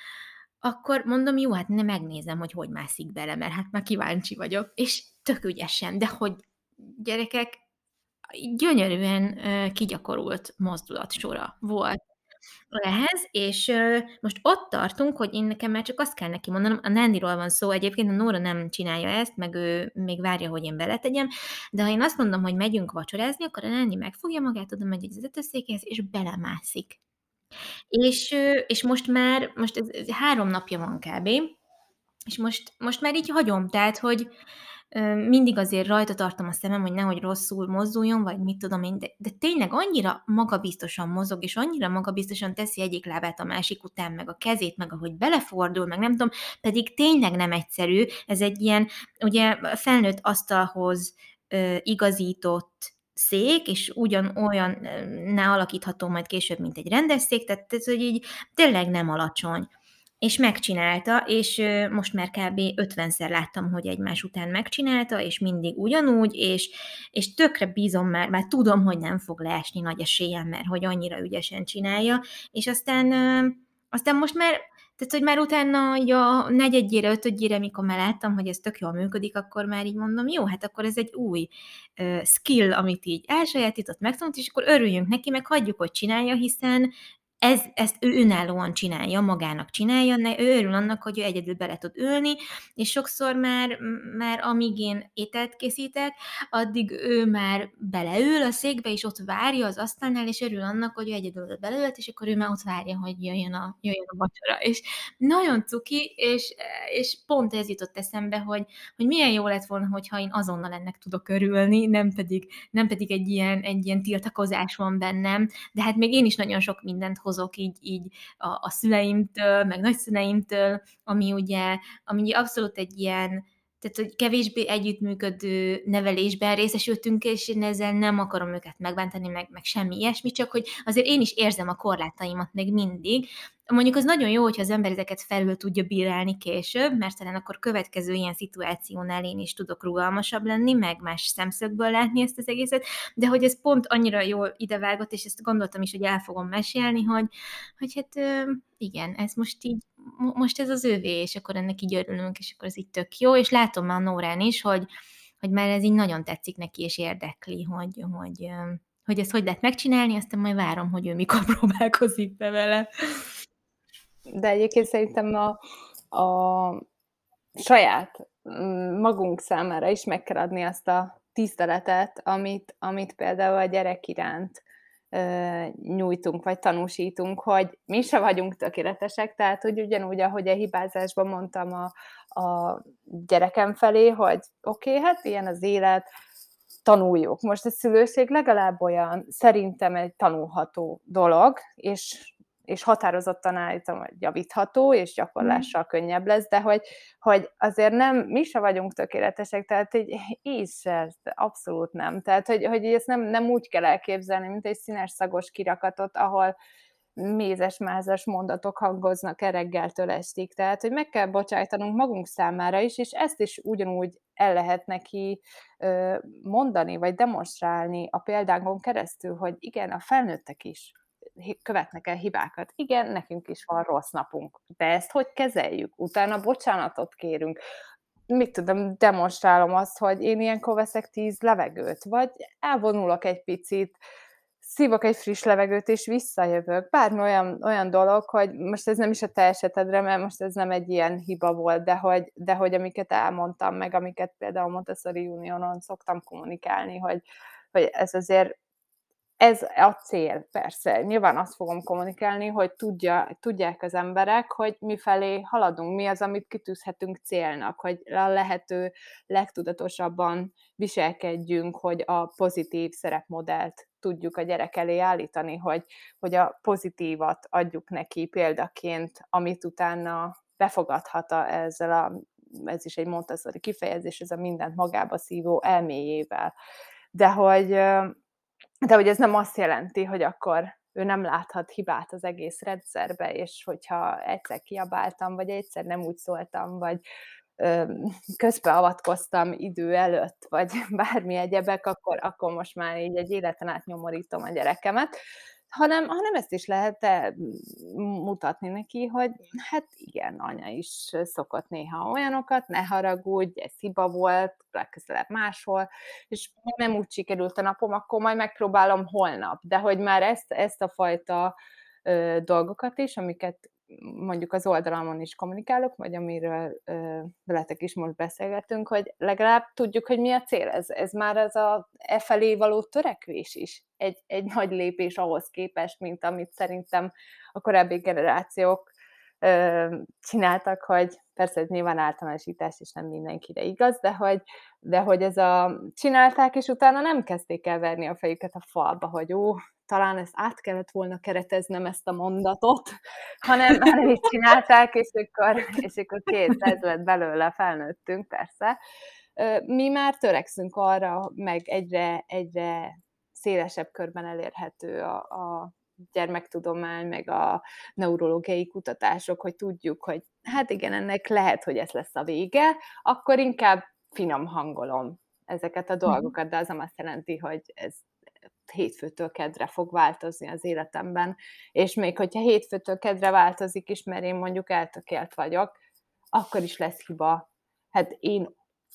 akkor mondom, jó, hát ne megnézem, hogy hogy mászik bele, mert hát már kíváncsi vagyok, és tök ügyesen, de hogy gyerekek, gyönyörűen ö, kigyakorolt mozdulatsora volt ehhez, és ö, most ott tartunk, hogy én nekem már csak azt kell neki mondanom, a Nándiról van szó, egyébként a Nóra nem csinálja ezt, meg ő még várja, hogy én beletegyem, de ha én azt mondom, hogy megyünk vacsorázni, akkor a Nándi megfogja magát, oda megy az vezetőszékhez, és belemászik. És, ö, és most már, most ez, ez három napja van kb., és most, most már így hagyom, tehát, hogy ö, mindig azért rajta tartom a szemem, hogy nehogy rosszul mozduljon, vagy mit tudom én, de, de tényleg annyira magabiztosan mozog, és annyira magabiztosan teszi egyik lábát a másik után, meg a kezét, meg ahogy belefordul, meg nem tudom, pedig tényleg nem egyszerű, ez egy ilyen, ugye felnőtt asztalhoz ö, igazított szék, és ugyanolyan ne alakítható majd később, mint egy rendes szék, tehát ez, hogy így tényleg nem alacsony. És megcsinálta, és ö, most már kb. ötvenszer láttam, hogy egymás után megcsinálta, és mindig ugyanúgy, és, és tökre bízom már, már tudom, hogy nem fog leesni nagy eséllyel, mert hogy annyira ügyesen csinálja, és aztán, ö, aztán most már, tehát hogy már utána így a negyedjére, ötödjére, mikor már láttam, hogy ez tök jól működik, akkor már így mondom, jó, hát akkor ez egy új ö, skill, amit így elsajátított, megtanult, és akkor örüljünk neki, meg hagyjuk, hogy csinálja, hiszen ez, ezt ő önállóan csinálja, magának csinálja, ne, ő örül annak, hogy ő egyedül bele tud ülni, és sokszor már, már amíg én ételt készítek, addig ő már beleül a székbe, és ott várja az asztalnál, és örül annak, hogy ő egyedül beleült, és akkor ő már ott várja, hogy jöjjön a, jöjjön a vacsora. És nagyon cuki, és, és pont ez jutott eszembe, hogy, hogy milyen jó lett volna, hogyha én azonnal ennek tudok örülni, nem pedig, nem pedig egy, ilyen, egy ilyen tiltakozás van bennem, de hát még én is nagyon sok mindent hozok így, így a, a szüleimtől, meg nagyszüleimtől, ami ugye, ami ugye abszolút egy ilyen, tehát hogy kevésbé együttműködő nevelésben részesültünk, és én ezzel nem akarom őket megbántani, meg, meg semmi ilyesmi, csak hogy azért én is érzem a korlátaimat még mindig. Mondjuk az nagyon jó, hogyha az ember ezeket felül tudja bírálni később, mert talán akkor következő ilyen szituációnál én is tudok rugalmasabb lenni, meg más szemszögből látni ezt az egészet, de hogy ez pont annyira jól idevágott, és ezt gondoltam is, hogy el fogom mesélni, hogy, hogy hát igen, ez most így, most ez az ővé, és akkor ennek így örülünk, és akkor ez így tök jó, és látom már a Nórán is, hogy, hogy már ez így nagyon tetszik neki, és érdekli, hogy, hogy, hogy ezt hogy lehet megcsinálni, aztán majd várom, hogy ő mikor próbálkozik be vele.
De egyébként szerintem a, a saját magunk számára is meg kell adni azt a tiszteletet, amit, amit például a gyerek iránt ö, nyújtunk, vagy tanúsítunk, hogy mi se vagyunk tökéletesek, tehát hogy ugyanúgy, ahogy a hibázásban mondtam a, a gyerekem felé, hogy oké, okay, hát ilyen az élet, tanuljuk. Most a szülőség legalább olyan, szerintem egy tanulható dolog, és és határozottan állítom, hogy javítható, és gyakorlással mm. könnyebb lesz, de hogy, hogy azért nem, mi se vagyunk tökéletesek, tehát így íz se, abszolút nem. Tehát, hogy, hogy ezt nem, nem úgy kell elképzelni, mint egy színes szagos kirakatot, ahol mézes-mázas mondatok hangoznak el reggeltől estig. Tehát, hogy meg kell bocsájtanunk magunk számára is, és ezt is ugyanúgy el lehet neki mondani, vagy demonstrálni a példánkon keresztül, hogy igen, a felnőttek is követnek el hibákat. Igen, nekünk is van rossz napunk, de ezt hogy kezeljük? Utána bocsánatot kérünk. Mit tudom, demonstrálom azt, hogy én ilyenkor veszek tíz levegőt, vagy elvonulok egy picit, szívok egy friss levegőt, és visszajövök. Bármi olyan, olyan dolog, hogy most ez nem is a te esetedre, mert most ez nem egy ilyen hiba volt, de hogy, de hogy amiket elmondtam, meg amiket például Montessori Unionon szoktam kommunikálni, hogy, hogy ez azért ez a cél, persze. Nyilván azt fogom kommunikálni, hogy tudja, tudják az emberek, hogy mifelé haladunk, mi az, amit kitűzhetünk célnak, hogy a lehető legtudatosabban viselkedjünk, hogy a pozitív szerepmodellt tudjuk a gyerek elé állítani, hogy, hogy a pozitívat adjuk neki példaként, amit utána befogadhat a, ezzel a, ez is egy Montessori kifejezés, ez a mindent magába szívó elméjével. De hogy De hogy ez nem azt jelenti, hogy akkor ő nem láthat hibát az egész rendszerbe, és hogyha egyszer kiabáltam, vagy egyszer nem úgy szóltam, vagy, közbeavatkoztam idő előtt, vagy bármi egyebek, akkor, akkor most már így egy életen át nyomorítom a gyerekemet, hanem, hanem ezt is lehet mutatni neki, hogy hát igen, anya is szokott néha olyanokat, ne haragudj, ez hiba volt, legközelebb máshol, és nem úgy sikerült a napom, akkor majd megpróbálom holnap, de hogy már ezt, ezt a fajta ö, dolgokat is, amiket mondjuk az oldalamon is kommunikálok, vagy amiről ö, veletek is most beszélgetünk, hogy legalább tudjuk, hogy mi a cél. Ez, ez már ez a e felé való törekvés is egy, egy nagy lépés ahhoz képest, mint amit szerintem a korábbi generációk ö, csináltak, hogy persze ez nyilván általánosítás, és nem mindenkire igaz, de hogy, de hogy ez a csinálták, és utána nem kezdték el verni a fejüket a falba, hogy ó, talán ezt át kellett volna kereteznem ezt a mondatot, hanem, hanem így csinálták, és akkor, és akkor két, ez lett belőle, felnőttünk, persze. Mi már törekszünk arra, meg egyre, egyre szélesebb körben elérhető a, a gyermektudomány, meg a neurológiai kutatások, hogy tudjuk, hogy hát igen, ennek lehet, hogy ez lesz a vége, akkor inkább finom hangolom ezeket a dolgokat, de az nem azt jelenti, hogy ez hétfőtől kedre fog változni az életemben, és még hogyha hétfőtől kedre változik is, mert én mondjuk eltökélt vagyok, akkor is lesz hiba. Hát én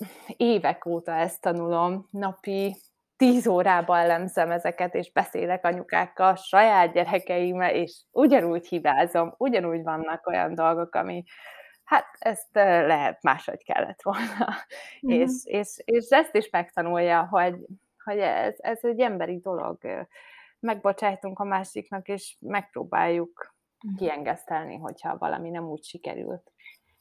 évek óta ezt tanulom, napi tíz órába elemzem ezeket, és beszélek anyukákkal, saját gyerekeimmel, és ugyanúgy hibázom, ugyanúgy vannak olyan dolgok, ami hát ezt lehet máshogy kellett volna. Mm-hmm. és, és, és ezt is megtanulja, hogy hogy ez, ez egy emberi dolog. Megbocsájtunk a másiknak, és megpróbáljuk kiengesztelni, hogyha valami nem úgy sikerült.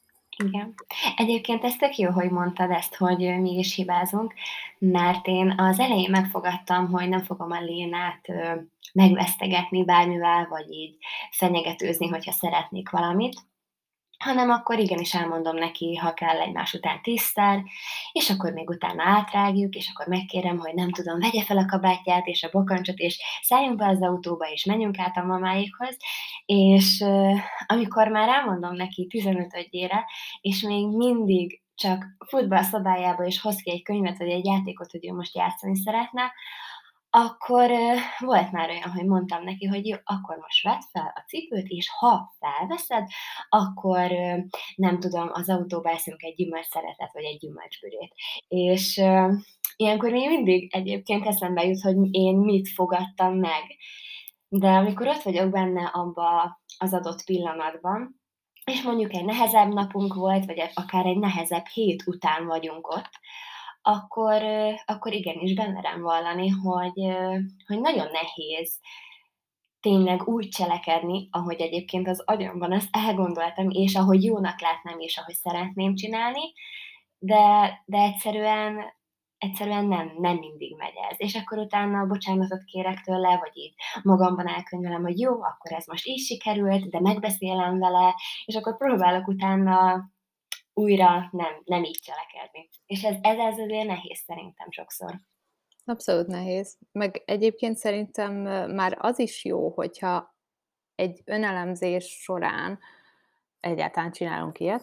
Igen. Egyébként ez tök jó, hogy mondtad ezt, hogy mi is hibázunk, mert én az elején megfogadtam, hogy nem fogom a Lénát megvesztegetni bármivel, vagy így fenyegetőzni, hogyha szeretnék valamit, hanem akkor igenis elmondom neki, ha kell egymás után tízszer, és akkor még utána átrágjuk, és akkor megkérem, hogy nem tudom, vegye fel a kabátját, és a bokancsot, és szálljunk be az autóba, és menjünk át a mamáikhoz, és uh, amikor már elmondom neki tizenötödjére, és még mindig csak fut be a szobájába, és hoz ki egy könyvet, vagy egy játékot, hogy ő most játszani szeretne, akkor uh, volt már olyan, hogy mondtam neki, hogy jó, akkor most vedd fel a cipőt, és ha felveszed, akkor uh, nem tudom, az autóba eszünk egy gyümölcsszeletet, vagy egy gyümölcsbürét. És uh, ilyenkor még mindig egyébként eszembe jut, hogy én mit fogadtam meg. De amikor ott vagyok benne abba az adott pillanatban, és mondjuk egy nehezebb napunk volt, vagy akár egy nehezebb hét után vagyunk ott, akkor, akkor igenis bemerem vallani, hogy, hogy nagyon nehéz tényleg úgy cselekedni, ahogy egyébként az agyamban ezt elgondoltam, és ahogy jónak látnám, és ahogy szeretném csinálni, de, de egyszerűen, egyszerűen nem, nem mindig megy ez. És akkor utána bocsánatot kérek tőle, vagy így magamban elkönyvelem, hogy jó, akkor ez most így sikerült, de megbeszélem vele, és akkor próbálok utána újra nem, nem így cselekedni. És ez, ez, ez azért nehéz szerintem sokszor.
Abszolút nehéz. Meg egyébként szerintem már az is jó, hogyha egy önelemzés során egyáltalán csinálunk ilyet,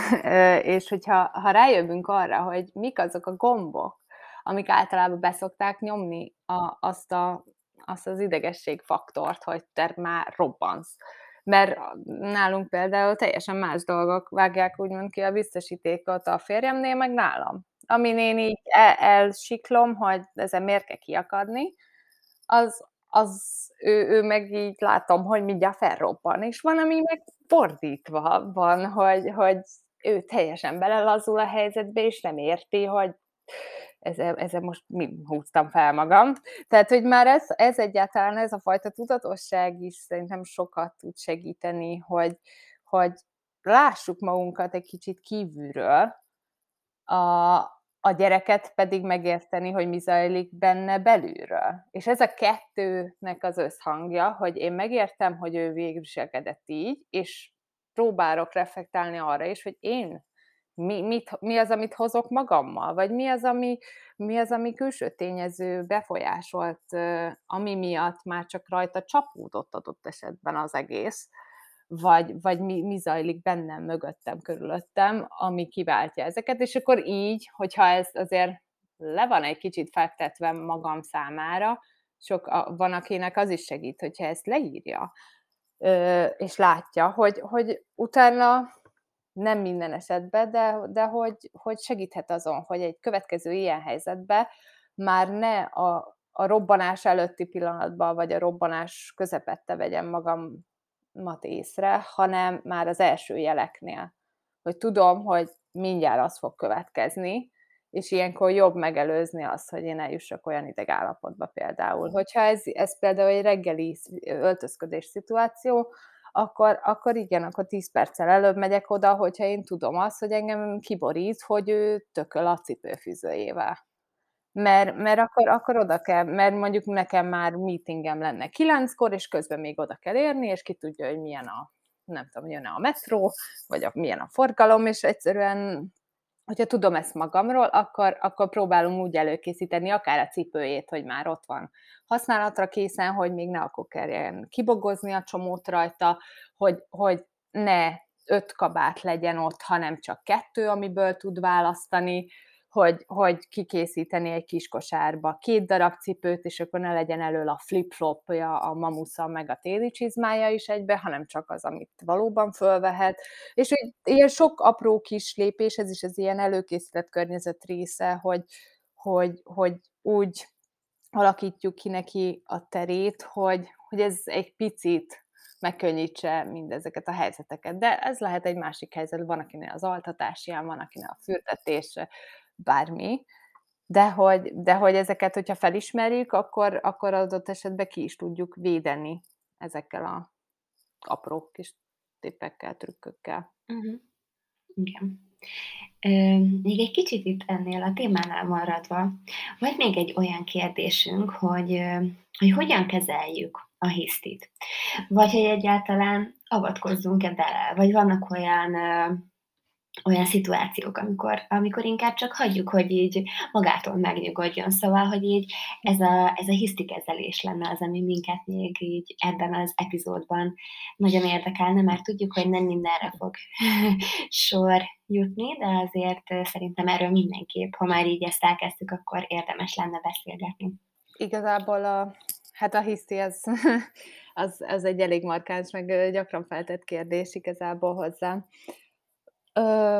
és hogyha ha rájövünk arra, hogy mik azok a gombok, amik általában beszokták nyomni a, azt, a, azt az idegességfaktort, hogy te már robbansz. Mert nálunk például teljesen más dolgok vágják úgymond ki a biztosítékot a férjemnél, meg nálam. Amin én így el, elsiklom, hogy ezen miért kell kiakadni, az, az ő, ő meg így látom, hogy mindjárt felrobban. És van, ami meg fordítva van, hogy, hogy ő teljesen belelazul a helyzetbe, és nem érti, hogy ezzel, ezzel most mi húztam fel magam. Tehát, hogy már ez, ez egyáltalán, ez a fajta tudatosság is szerintem sokat tud segíteni, hogy, hogy lássuk magunkat egy kicsit kívülről, a, a gyereket pedig megérteni, hogy mi zajlik benne belülről. És ez a kettőnek az összhangja, hogy én megértem, hogy ő végviselkedett így, és próbálok reflektálni arra is, hogy én Mi, mit, mi az, amit hozok magammal, vagy mi az, ami, mi az, ami külső tényező befolyásolt, ami miatt már csak rajta csapódott adott esetben az egész, vagy, vagy mi, mi zajlik bennem, mögöttem, körülöttem, ami kiváltja ezeket, és akkor így, hogyha ez azért le van egy kicsit fektetve magam számára, sok van, akinek az is segít, hogyha ezt leírja, és látja, hogy, hogy utána nem minden esetben, de, de hogy, hogy segíthet azon, hogy egy következő ilyen helyzetben már ne a, a robbanás előtti pillanatban, vagy a robbanás közepette vegyem magamat észre, hanem már az első jeleknél. Hogy tudom, hogy mindjárt az fog következni, és ilyenkor jobb megelőzni azt, hogy én eljussak olyan idegállapotba például. Hogyha ez, ez például egy reggeli öltözködés szituáció, akkor, akkor igen, akkor tíz perccel előbb megyek oda, hogyha én tudom azt, hogy engem kiborít, hogy ő tököl a cipőfűzőjével. Mert, mert akkor, akkor oda kell, mert mondjuk nekem már meetingem lenne kilenckor, és közben még oda kell érni, és ki tudja, hogy milyen a, nem tudom, jön a metró, vagy a, milyen a forgalom, és egyszerűen, hogyha tudom ezt magamról, akkor, akkor próbálom úgy előkészíteni akár a cipőjét, hogy már ott van használatra készen, hogy még ne akkor kelljen kibogozni a csomót rajta, hogy, hogy ne öt kabát legyen ott, hanem csak kettő, amiből tud választani, hogy, hogy kikészíteni egy kis kosárba két darab cipőt, és akkor ne legyen elől a flip-flopja, a mamusza, meg a téli csizmája is egybe, hanem csak az, amit valóban fölvehet. És ilyen sok apró kis lépés, ez is az ilyen előkészített környezet része, hogy, hogy, hogy úgy alakítjuk ki neki a terét, hogy, hogy ez egy picit megkönnyítse mindezeket a helyzeteket. De ez lehet egy másik helyzet, van akinél az altatás ilyen, van akinél a fürdetés, bármi, de hogy, de hogy ezeket, hogyha felismerjük, akkor, akkor adott esetben ki is tudjuk védeni ezekkel a apró kis tippekkel, trükkökkel.
Uh-huh. Igen. Ö, még egy kicsit itt ennél a témánál maradva, vagy még egy olyan kérdésünk, hogy, hogy hogyan kezeljük a hisztit? Vagy hogy egyáltalán avatkozzunk-e bele? Vagy vannak olyan olyan szituációk, amikor, amikor inkább csak hagyjuk, hogy így magától megnyugodjon. Szóval, hogy így ez a, ez a hisztikezelés lenne az, ami minket még így ebben az epizódban nagyon érdekelne, mert tudjuk, hogy nem mindenre fog sor jutni, de azért szerintem erről mindenképp, ha már így ezt elkezdtük, akkor érdemes lenne beszélgetni.
Igazából a, hát a hiszti az, az, az egy elég markáns, meg gyakran feltett kérdés igazából hozzám. Ö,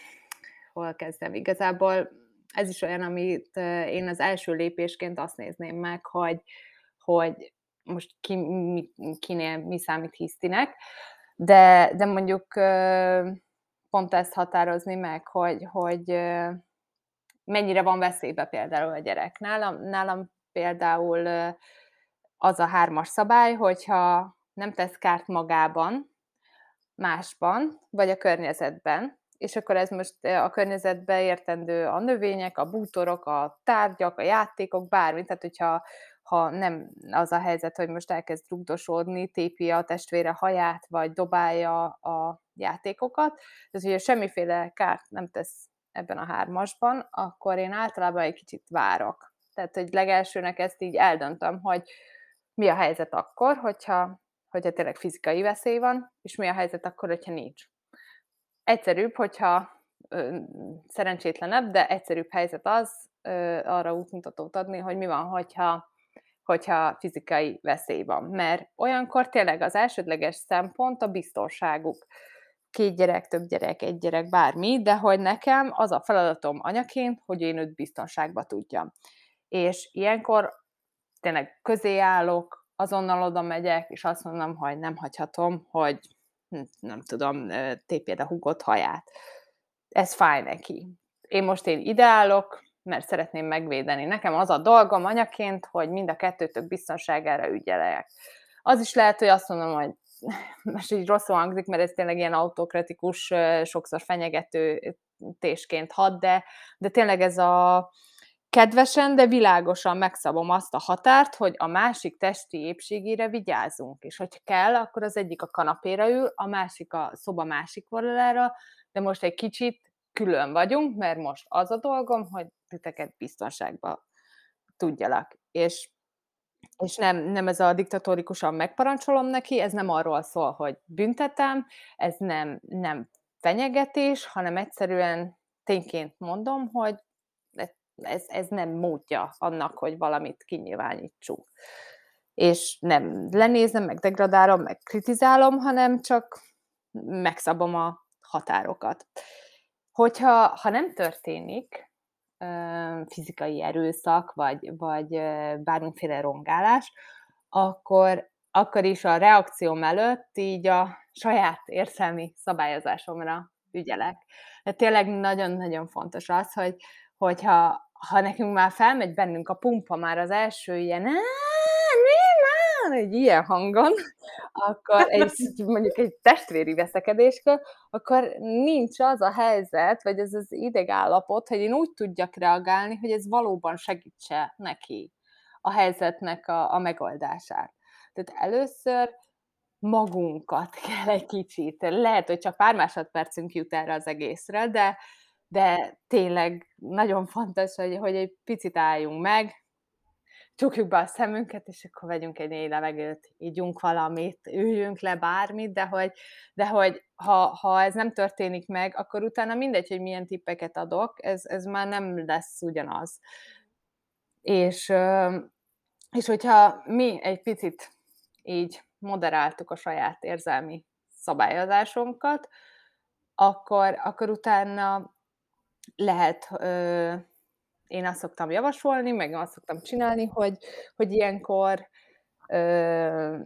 hol kezdem? Igazából ez is olyan, amit én az első lépésként azt nézném meg, hogy, hogy most ki, mi, kinél mi számít hisztinek, de, de mondjuk pont ezt határozni meg, hogy, hogy mennyire van veszélybe például a gyerek. Nálam, nálam például az a hármas szabály, hogyha nem tesz kárt magában, másban, vagy a környezetben, és akkor ez most a környezetben értendő a növények, a bútorok, a tárgyak, a játékok, bármi, tehát hogyha ha nem az a helyzet, hogy most elkezd rugdosódni, tépi a testvére haját, vagy dobálja a játékokat, tehát hogyha semmiféle kárt nem tesz ebben a hármasban, akkor én általában egy kicsit várok. Tehát, hogy legelsőnek ezt így eldöntöm, hogy mi a helyzet akkor, hogyha hogyha tényleg fizikai veszély van, és mi a helyzet akkor, hogyha nincs. Egyszerűbb, hogyha ö, szerencsétlenebb, de egyszerűbb helyzet az ö, arra útmutatót adni, hogy mi van, hogyha, hogyha fizikai veszély van. Mert olyankor tényleg az elsődleges szempont a biztonságuk. Két gyerek, több gyerek, egy gyerek, bármi, de hogy nekem az a feladatom anyaként, hogy én őt biztonságba tudjam. És ilyenkor tényleg közé állok, azonnal oda megyek, és azt mondom, hogy nem hagyhatom, hogy nem tudom, tépjed a húgott haját. Ez fáj neki. Én most én ideálok, mert szeretném megvédeni. Nekem az a dolgom anyaként, hogy mind a kettőtök biztonságára ügyeljek. Az is lehet, hogy azt mondom, hogy most így rosszul hangzik, mert ez tényleg ilyen autokratikus, sokszor fenyegető tésként hat, de, de tényleg ez a kedvesen, de világosan megszabom azt a határt, hogy a másik testi épségére vigyázzunk, és hogyha kell, akkor az egyik a kanapéra ül, a másik a szoba másik oldalára, de most egy kicsit külön vagyunk, mert most az a dolgom, hogy titeket biztonságban tudjalak. És és nem, nem ez a diktatórikusan megparancsolom neki, ez nem arról szól, hogy büntetem, ez nem, nem fenyegetés, hanem egyszerűen tényként mondom, hogy ez, ez nem módja annak, hogy valamit kinyilvánítsunk. És nem lenézem, meg degradálom, meg kritizálom, hanem csak megszabom a határokat. Hogyha ha nem történik fizikai erőszak, vagy, vagy bármiféle rongálás, akkor, akkor is a reakcióm előtt így a saját érzelmi szabályozásomra ügyelek. De tényleg nagyon-nagyon fontos az, hogy, hogyha ha nekünk már felmegy bennünk a pumpa már az első ilyen egy ilyen hangon, akkor egy, mondjuk egy testvéri veszekedéskor, akkor nincs az a helyzet, vagy ez az idegállapot, hogy én úgy tudjak reagálni, hogy ez valóban segítse neki a helyzetnek a, a megoldását. Tehát először magunkat kell egy kicsit, lehet, hogy csak pár másodpercünk jut erre az egészre, de, de tényleg nagyon fontos, hogy, hogy egy picit álljunk meg, csukjuk be a szemünket, és akkor vegyünk egy mély levegőt, ígyunk valamit, üljünk le bármit, de hogy, de hogy ha, ha ez nem történik meg, akkor utána mindegy, hogy milyen tippeket adok, ez, ez már nem lesz ugyanaz. És, és hogyha mi egy picit így moderáltuk a saját érzelmi szabályozásunkat, akkor, akkor utána lehet... Én azt szoktam javasolni, meg azt szoktam csinálni, hogy, hogy ilyenkor ö,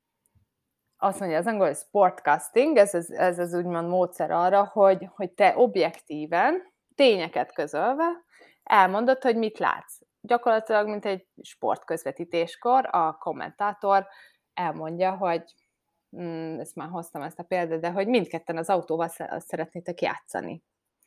azt mondja az angol, hogy sportcasting, ez az, ez az úgymond módszer arra, hogy, hogy te objektíven, tényeket közölve elmondod, hogy mit látsz. Gyakorlatilag, mint egy sportközvetítéskor a kommentátor elmondja, hogy mm, ezt már hoztam ezt a példát, de hogy mindketten az autóval szeretnétek játszani.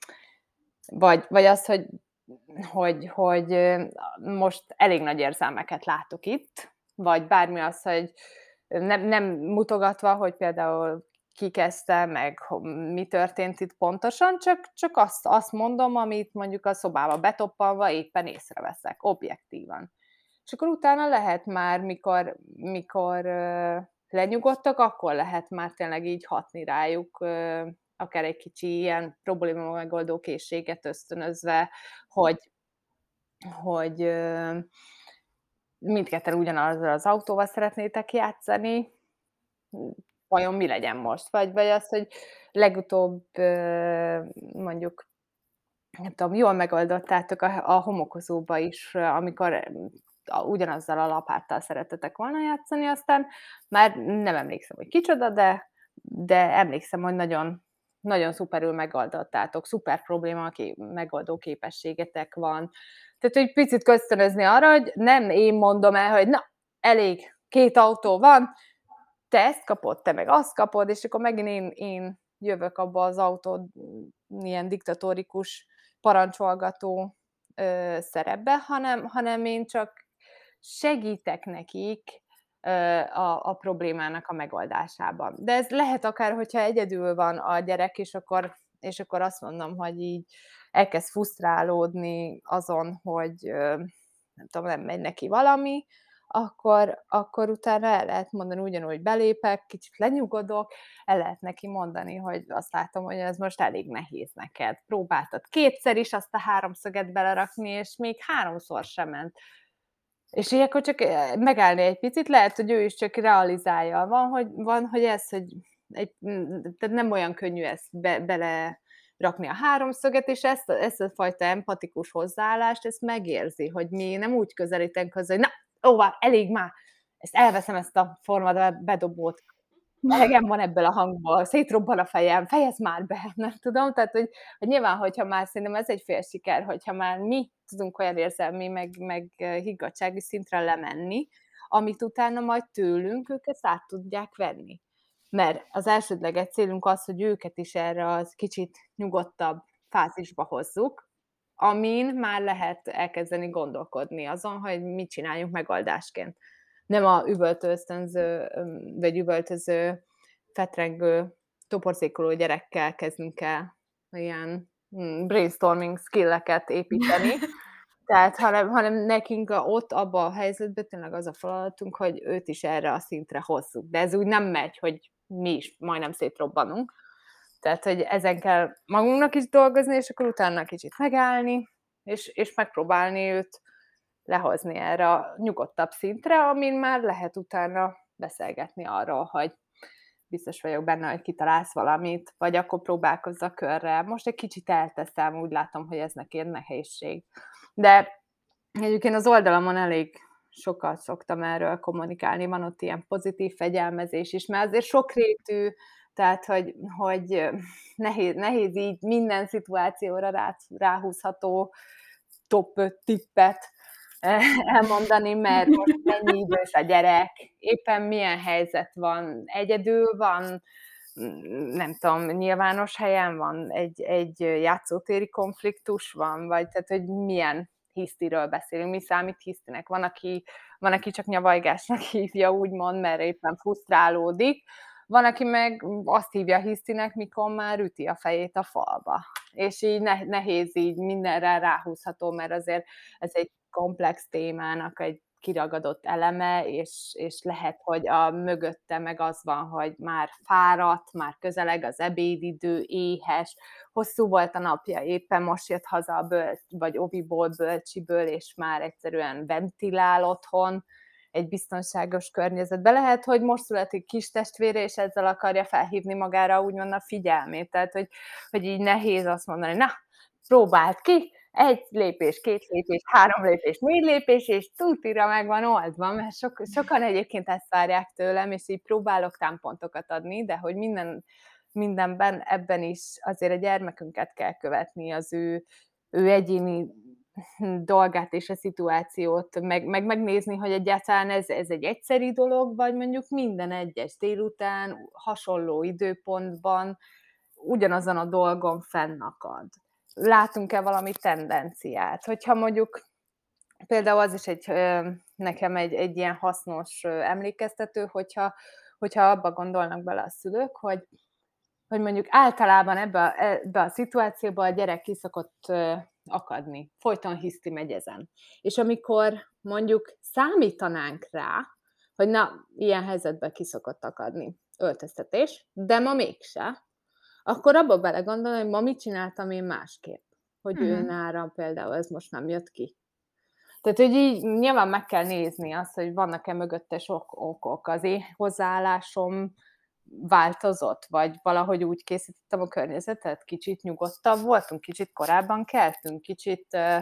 Vagy, vagy az, hogy Hogy, hogy most elég nagy érzelmeket látok itt, vagy bármi az, hogy nem, nem mutogatva, hogy például ki kezdte, meg mi történt itt pontosan, csak, csak azt, azt mondom, amit mondjuk a szobába betoppanva éppen észreveszek, objektívan. És akkor utána lehet már, mikor, mikor lenyugodtak, akkor lehet már tényleg így hatni rájuk, akár egy kicsi ilyen probléma megoldó készséget ösztönözve, hogy, hogy mindketten ugyanazzal az autóval szeretnétek játszani, vajon mi legyen most? Vagy, vagy az, hogy legutóbb mondjuk, nem tudom, jól megoldottátok a, a homokozóba is, amikor ugyanazzal a lapáttal szeretetek volna játszani, aztán már nem emlékszem, hogy kicsoda, de, de emlékszem, hogy nagyon nagyon szuperül megoldottátok, szuper probléma megoldó képességetek van. Tehát, hogy picit köszönözni arra, hogy nem én mondom el, hogy na, elég, két autó van, te ezt kapod, te meg azt kapod, és akkor megint én, én jövök abba az autó ilyen diktatórikus, parancsolgató ö, szerepbe, hanem, hanem én csak segítek nekik A, a problémának a megoldásában. De ez lehet akár, hogyha egyedül van a gyerek, és akkor, és akkor azt mondom, hogy így elkezd frusztrálódni azon, hogy nem tudom, nem megy neki valami, akkor, akkor utána el lehet mondani, ugyanúgy belépek, kicsit lenyugodok, el lehet neki mondani, hogy azt látom, hogy ez most elég nehéz neked. Próbáltad kétszer is azt a háromszöget belerakni, és még háromszor sem ment. És ilyenkor csak megállni egy picit, lehet, hogy ő is csak realizálja. Van, hogy, van, hogy ez, hogy egy, tehát nem olyan könnyű ezt be, bele rakni a háromszöget, és ezt, ezt a fajta empatikus hozzáállást, ezt megérzi, hogy mi nem úgy közelítünk hozzá, hogy na, ó, elég már, ezt elveszem, ezt a formát bedobót, elegem van ebből a hangból, szétrobban a fejem, fejezd már be, nem tudom, tehát, hogy, hogy nyilván, hogyha már szerintem ez egy fél siker, hogyha már mi tudunk olyan érzelmi, meg, meg higgadtsági szintre lemenni, amit utána majd tőlünk őket át tudják venni. Mert az elsődleges célunk az, hogy őket is erre az kicsit nyugodtabb fázisba hozzuk, amin már lehet elkezdeni gondolkodni azon, hogy mit csináljunk megoldásként. Nem a üvöltöző, vagy üvöltöző, fetrengő, toporzékoló gyerekkel kezdünk el ilyen brainstorming skilleket építeni, Tehát, hanem, hanem nekünk a, ott abban a helyzetben tényleg az a feladatunk, hogy őt is erre a szintre hozzuk. De ez úgy nem megy, hogy mi is majdnem szétrobbanunk. Tehát, hogy ezen kell magunknak is dolgozni, és akkor utána kicsit megállni, és, és megpróbálni őt lehozni erre a nyugodtabb szintre, amin már lehet utána beszélgetni arról, hogy biztos vagyok benne, hogy kitalálsz valamit, vagy akkor próbálkozz a körrel. Most egy kicsit elteszem, úgy látom, hogy ez neki egy nehézség. De egyébként az oldalamon elég sokat szoktam erről kommunikálni, van ott ilyen pozitív fegyelmezés is, mert azért sokrétű, tehát, hogy, hogy nehéz, nehéz így minden szituációra rá, ráhúzható top öt tippet elmondani, mert most mennyi idős a gyerek, éppen milyen helyzet van, egyedül van, nem tudom, nyilvános helyen van, egy, egy játszótéri konfliktus van, vagy tehát, hogy milyen hisztiről beszélünk, mi számít hisztinek. Van, aki, van, aki csak nyavajgásnak hívja, úgymond, mert éppen frusztrálódik, van, aki meg azt hívja hisztinek, mikor már üti a fejét a falba. És így nehéz így mindenre ráhúzható, mert azért ez egy komplex témának egy kiragadott eleme, és, és lehet, hogy a mögötte meg az van, hogy már fáradt, már közeleg az ebédidő, éhes, hosszú volt a napja, éppen most jött haza a bölcs, vagy oviból, bölcsiből, és már egyszerűen ventilál otthon, egy biztonságos környezetben. Lehet, hogy most születik kis testvére, és ezzel akarja felhívni magára úgymond a figyelmét. Tehát, hogy, hogy így nehéz azt mondani, na, próbáld ki, egy lépés, két lépés, három lépés, négy lépés, és tutira meg van oldva, mert sok, sokan egyébként ezt várják tőlem, és így próbálok támpontokat adni, de hogy minden, mindenben, ebben is azért a gyermekünket kell követni, az ő, ő egyéni dolgát és a szituációt, meg, meg megnézni, hogy egyáltalán ez, ez egy egyszeri dolog, vagy mondjuk minden egyes délután, hasonló időpontban, ugyanazon a dolgon fennakad. Látunk-e valami tendenciát? Hogyha mondjuk, például az is egy, nekem egy, egy ilyen hasznos emlékeztető, hogyha, hogyha abba gondolnak bele a szülők, hogy, hogy mondjuk általában ebbe a, ebbe a szituációba a gyerek ki szokott akadni, folyton hiszti megy ezen. És amikor mondjuk számítanánk rá, hogy na, ilyen helyzetben ki szokott akadni, öltöztetés, de ma mégse, akkor abba belegondolni, hogy ma mit csináltam én másképp, hogy uh-huh. ő nára például ez most nem jött ki. Tehát, hogy így nyilván meg kell nézni azt, hogy vannak-e mögötte sok okok. Az én hozzáállásom változott, vagy valahogy úgy készítettem a környezetet, kicsit nyugodtabb voltunk, kicsit korábban keltünk, kicsit uh,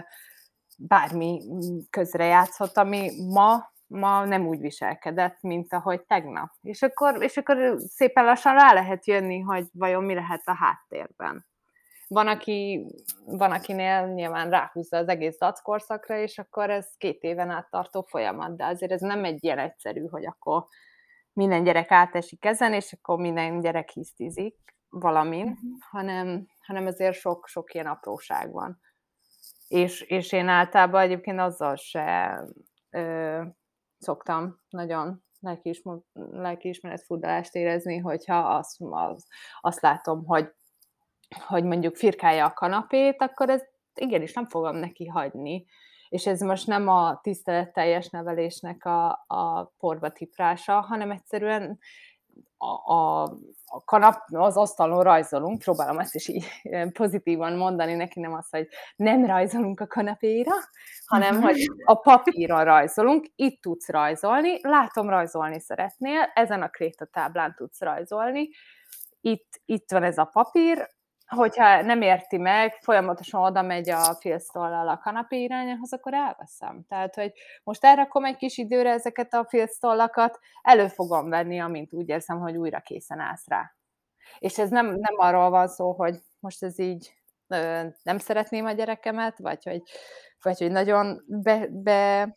bármi közrejátszott, ami ma, ma nem úgy viselkedett, mint ahogy tegnap. És akkor, és akkor szépen lassan rá lehet jönni, hogy vajon mi lehet a háttérben. Van, aki, van akinél nyilván ráhúzza az egész dackorszakra, és akkor ez két éven át tartó folyamat, de azért ez nem egy ilyen egyszerű, hogy akkor minden gyerek átesik ezen, és akkor minden gyerek hisztizik valamin, uh-huh. hanem, hanem azért sok-sok ilyen apróság van. És, és én általában egyébként azzal se ö, szoktam nagyon lelkiismeret furdalást érezni, hogyha azt, az, azt látom, hogy, hogy mondjuk firkálja a kanapét, akkor ez igenis nem fogom neki hagyni. És ez most nem a tiszteletteljes nevelésnek a, a porba tiprása, hanem egyszerűen a, a, a kanap, az asztalon rajzolunk, próbálom ezt is így pozitívan mondani neki, nem az, hogy nem rajzolunk a kanapéra, hanem hogy a papíron rajzolunk, itt tudsz rajzolni, látom, rajzolni szeretnél, ezen a krétatáblán tudsz rajzolni, itt, itt van ez a papír, hogyha nem érti meg, folyamatosan oda megy a félsztollal a kanapé irányához, akkor elveszem. Tehát, hogy most elrakom egy kis időre ezeket a félsztollakat, elő fogom venni, amint úgy érzem, hogy újra készen állsz rá. És ez nem, nem arról van szó, hogy most ez így ö, nem szeretném a gyerekemet, vagy hogy, vagy hogy nagyon be, be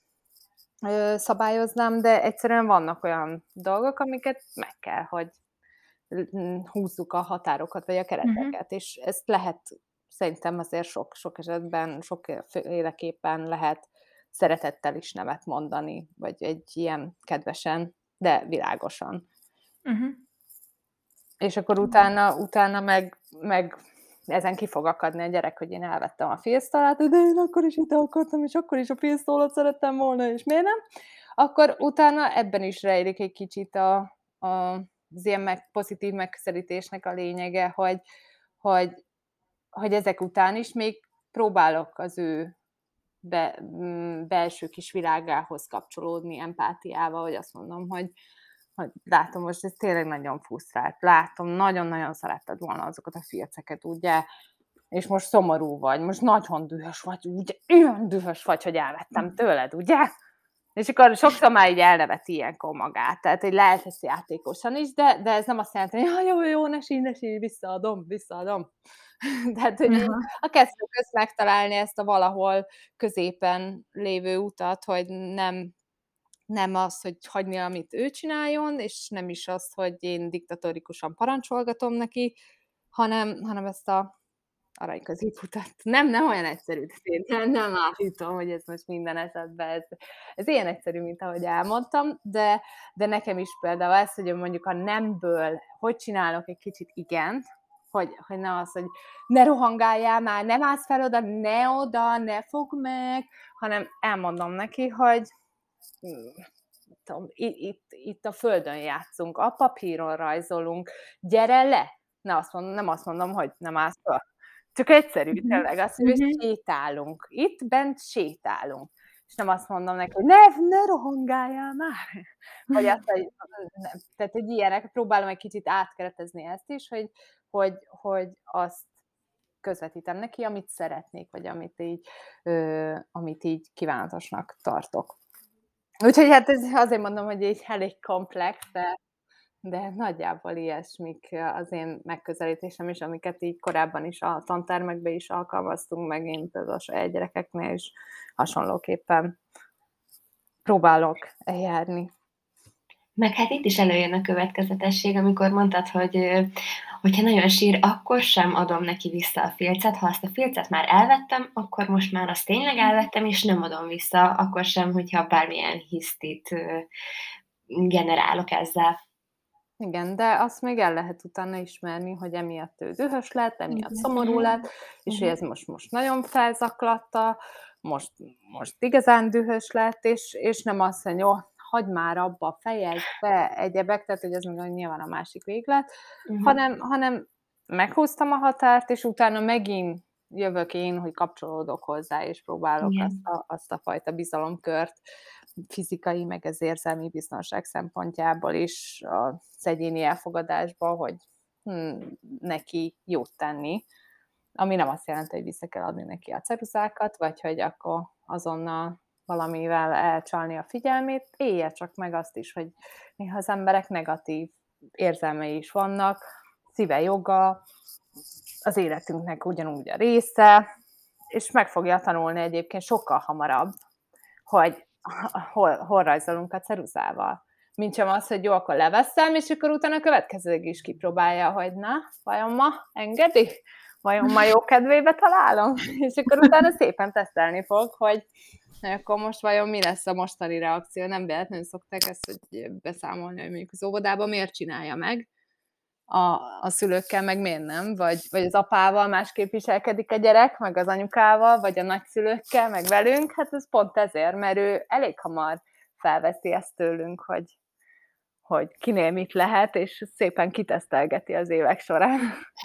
ö, szabályoznám, de egyszerűen vannak olyan dolgok, amiket meg kell, hogy húzzuk a határokat, vagy a kereteket, uh-huh. és ezt lehet, szerintem azért sok, sok esetben, sokféleképpen lehet szeretettel is nemet mondani, vagy egy ilyen kedvesen, de világosan. Uh-huh. És akkor utána, utána meg, meg ezen ki fog akadni a gyerek, hogy én elvettem a filztollát, de én akkor is ide akartam, és akkor is a filztollat szerettem volna, és miért nem? Akkor utána ebben is rejlik egy kicsit a, a, az ilyen meg, pozitív megközelítésnek a lényege, hogy, hogy, hogy ezek után is még próbálok az ő be, belső kis világához kapcsolódni empátiával, hogy azt mondom, hogy, hogy látom, most ez tényleg nagyon frusztrált, látom, nagyon-nagyon szeretted volna azokat a filceket, ugye, és most szomorú vagy, most nagyon dühös vagy, ugye, ilyen dühös vagy, hogy elvettem tőled, ugye? És akkor sokszor már így elneveti ilyenkor magát, tehát hogy lehet ezt játékosan is, de, de ez nem azt jelenti, hogy ja, jó, jó, ne sír, ne sír, visszaadom, visszaadom. Tehát, hogy a kettő közt megtalálni ezt a valahol középen lévő utat, hogy nem, nem az, hogy hagyni, amit ő csináljon, és nem is az, hogy én diktatórikusan parancsolgatom neki, hanem, hanem ezt a arany középutat. Nem, nem olyan egyszerű, nem, nem állítom, hogy ez most minden esetben, ez, ez ilyen egyszerű, mint ahogy elmondtam, de, de nekem is például ez, hogy mondjuk a nemből hogy csinálok egy kicsit igent, hogy, hogy ne az, hogy ne rohangáljál már, nem állsz fel oda, ne oda, ne fogd meg, hanem elmondom neki, hogy tudom, itt, itt a földön játszunk, a papíron rajzolunk, gyere le! Ne azt mondom, nem azt mondom, hogy nem állsz fel. Csak egyszerű, uh-huh. tényleg azt, hogy uh-huh. sétálunk. Itt bent sétálunk. És nem azt mondom neki, hogy ne, ne rohangáljál már. Vagy azt, hogy nem. Tehát egy ilyenek, próbálom egy kicsit átkeretezni ezt is, hogy, hogy, hogy azt közvetítem neki, amit szeretnék, vagy amit így, ö, amit így kívánatosnak tartok. Úgyhogy hát ez azért mondom, hogy így elég komplex, de de nagyjából ilyesmik az én megközelítésem is, amiket így korábban is a tantermekben is alkalmaztunk, meg én például a saját gyerekeknél is hasonlóképpen próbálok eljárni.
Meg hát itt is előjön a következetesség, amikor mondtad, hogy hogyha nagyon sír, akkor sem adom neki vissza a filcet. Ha azt a filcet már elvettem, akkor most már azt tényleg elvettem, és nem adom vissza, akkor sem, hogyha bármilyen hisztit generálok ezzel.
Igen, de azt még el lehet utána ismerni, hogy emiatt ő dühös lett, emiatt szomorú lett, és hogy ez most, most nagyon felzaklatta, most, most igazán dühös lett, és, és nem azt mondja, jó, hagyd már abba, fejezd be egyebek, tehát hogy ez még nyilván a másik véglet, uh-huh. hanem, hanem meghúztam a határt, és utána megint jövök én, hogy kapcsolódok hozzá, és próbálok azt a, azt a fajta bizalomkört fizikai, meg az érzelmi biztonság szempontjából is az egyéni elfogadásban, hogy hm, neki jót tenni, ami nem azt jelenti, hogy vissza kell adni neki a ceruzákat, vagy hogy akkor azonnal valamivel elcsalni a figyelmét, élje csak meg azt is, hogy néha az emberek negatív érzelmei is vannak, szíve joga, az életünknek ugyanúgy a része, és meg fogja tanulni egyébként sokkal hamarabb, hogy hol, hol rajzolunk a ceruzával. Mint sem az, hogy jó, akkor leveszem, és akkor utána a következőig is kipróbálja, hogy na, vajon ma engedi? Vajon ma jó kedvébe találom? És akkor utána szépen tesztelni fog, hogy akkor most vajon mi lesz a mostani reakció. Nem véletlenül szokták ezt hogy beszámolni, hogy mondjuk az óvodában miért csinálja meg a, a szülőkkel, meg miért nem, vagy, vagy az apával másképp viselkedik a gyerek, meg az anyukával, vagy a nagyszülőkkel, meg velünk, hát ez pont ezért, mert ő elég hamar felveszi ezt tőlünk, hogy, hogy kinél mit lehet, és szépen kitesztelgeti az évek során.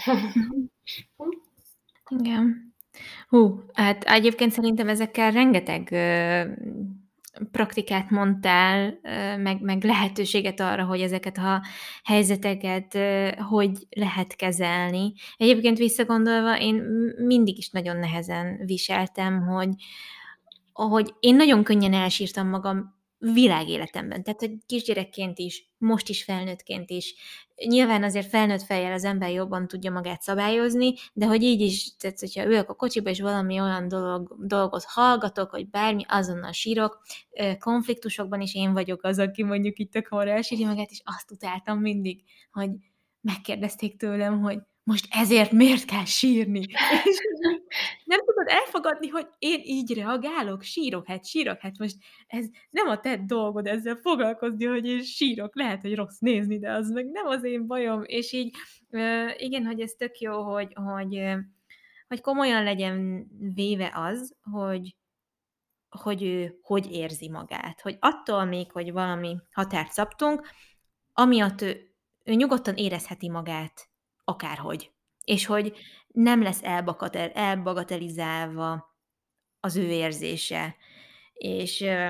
Igen. Hú, hát egyébként szerintem ezekkel rengeteg ö, praktikát mondtál, ö, meg, meg lehetőséget arra, hogy ezeket a helyzeteket ö, hogy lehet kezelni. Egyébként visszagondolva, én mindig is nagyon nehezen viseltem, hogy, hogy én nagyon könnyen elsírtam magam világéletemben. Tehát, hogy kisgyerekként is, most is felnőttként is. Nyilván azért felnőtt fejjel az ember jobban tudja magát szabályozni, de hogy így is, tehát, hogyha ülök a kocsiba, és valami olyan dolog, dolgot hallgatok, hogy bármi, azonnal sírok. Konfliktusokban is én vagyok az, aki mondjuk itt tök hamar elsírja magát, és azt utáltam mindig, hogy megkérdezték tőlem, hogy most ezért miért kell sírni? És nem tudod elfogadni, hogy én így reagálok, sírok, hát sírok, hát most ez nem a te dolgod ezzel foglalkozni, hogy én sírok, lehet, hogy rossz nézni, de az meg nem az én bajom, és így ö, igen, hogy ez tök jó, hogy, hogy, ö, hogy komolyan legyen véve az, hogy hogy ő hogy érzi magát. Hogy attól még, hogy valami határt szabtunk, amiatt ő, ő nyugodtan érezheti magát akárhogy. És hogy nem lesz elbagatel, elbagatelizálva az ő érzése. És, ö,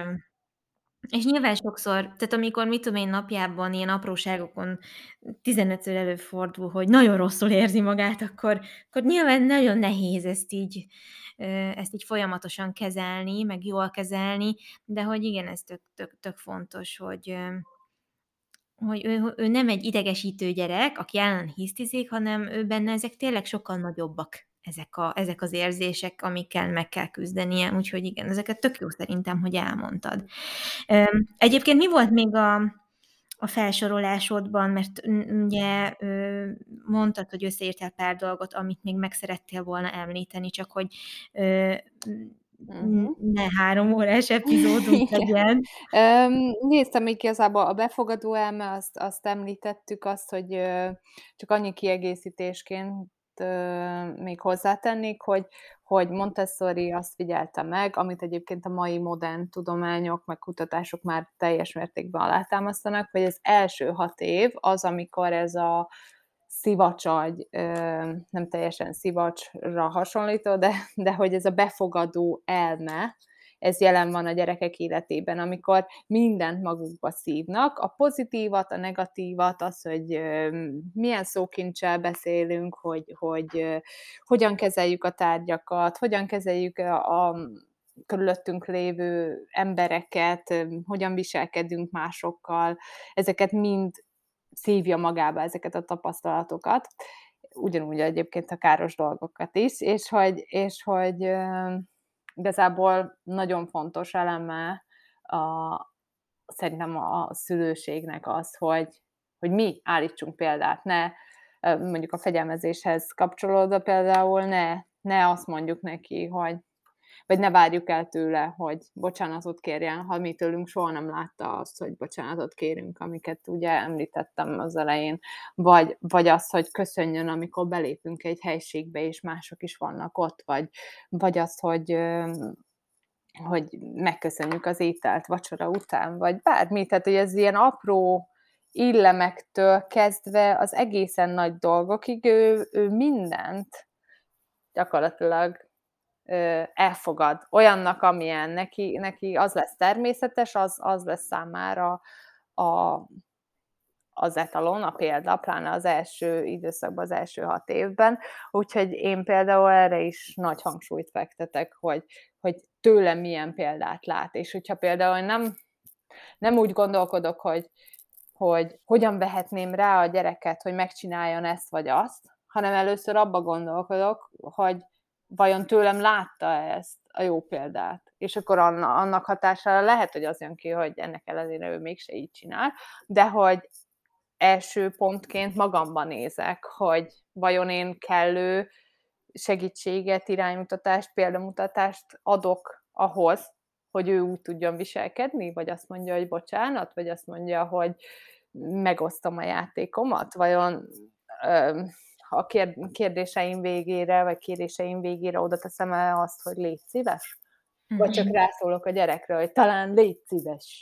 és nyilván sokszor, tehát amikor, mit tudom én, napjában ilyen apróságokon tizenötször előfordul, hogy nagyon rosszul érzi magát, akkor, akkor nyilván nagyon nehéz ezt így, ö, ezt így folyamatosan kezelni, meg jól kezelni, de hogy igen, ez tök, tök, tök fontos, hogy, ö, hogy ő, ő nem egy idegesítő gyerek, aki állandóan hisztizik, hanem ő benne ezek tényleg sokkal nagyobbak, ezek, a, ezek az érzések, amikkel meg kell küzdenie, úgyhogy igen, ezeket tök jó szerintem, hogy elmondtad. Öm, Egyébként mi volt még a, a felsorolásodban, mert n- ugye ö, mondtad, hogy összeírtál pár dolgot, amit még meg szerettél volna említeni, csak hogy ö, n-
Uh-huh.
ne három órás epizódunk
Igen.
legyen.
Öm, néztem, még igazából a befogadó elme, azt, azt említettük, azt, hogy ö, csak annyi kiegészítésként ö, még hozzátennék, hogy, hogy Montessori azt figyelte meg, amit egyébként a mai modern tudományok, meg kutatások már teljes mértékben alátámasztanak, hogy az első hat év az, amikor ez a szivacsagy, ö, nem teljesen szivacsra hasonlító, de, de hogy ez a befogadó elme, ez jelen van a gyerekek életében, amikor mindent magukba szívnak, a pozitívat, a negatívat, az, hogy ö, milyen szókincsel beszélünk, hogy, hogy ö, hogyan kezeljük a tárgyakat, hogyan kezeljük a, a körülöttünk lévő embereket, ö, hogyan viselkedünk másokkal, ezeket mind szívja magába, ezeket a tapasztalatokat, ugyanúgy egyébként a káros dolgokat is, és hogy, és hogy ö, igazából nagyon fontos eleme a, szerintem a szülőségnek az, hogy, hogy mi állítsunk példát, ne ö, mondjuk a fegyelmezéshez kapcsolódva például ne, ne azt mondjuk neki, hogy vagy ne várjuk el tőle, hogy bocsánatot kérjen, ha mi tőlünk soha nem látta azt, hogy bocsánatot kérünk, amiket ugye említettem az elején, vagy, vagy az, hogy köszönjön, amikor belépünk egy helységbe, és mások is vannak ott, vagy, vagy az, hogy, hogy megköszönjük az ételt vacsora után, vagy bármi, tehát hogy ez ilyen apró illemektől kezdve az egészen nagy dolgokig ő, ő mindent gyakorlatilag elfogad olyannak, amilyen neki, neki az lesz természetes, az, az lesz számára a, az etalon, a példa, pláne az első időszakban, az első hat évben. Úgyhogy én például erre is nagy hangsúlyt fektetek, hogy, hogy tőlem milyen példát lát. És hogyha például nem, nem úgy gondolkodok, hogy, hogy hogyan vehetném rá a gyereket, hogy megcsináljon ezt vagy azt, hanem először abba gondolkodok, hogy vajon tőlem látta ezt a jó példát. És akkor annak hatására lehet, hogy az jön ki, hogy ennek ellenére ő mégse így csinál, de hogy első pontként magamban nézek, hogy vajon én kellő segítséget, iránymutatást, példamutatást adok ahhoz, hogy ő úgy tudjon viselkedni, vagy azt mondja, hogy bocsánat, vagy azt mondja, hogy megosztom a játékomat, vajon a kérdéseim végére, vagy kéréseim végére oda teszem el azt, hogy légy szíves? Vagy csak rászólok a gyerekre, hogy talán légy szíves.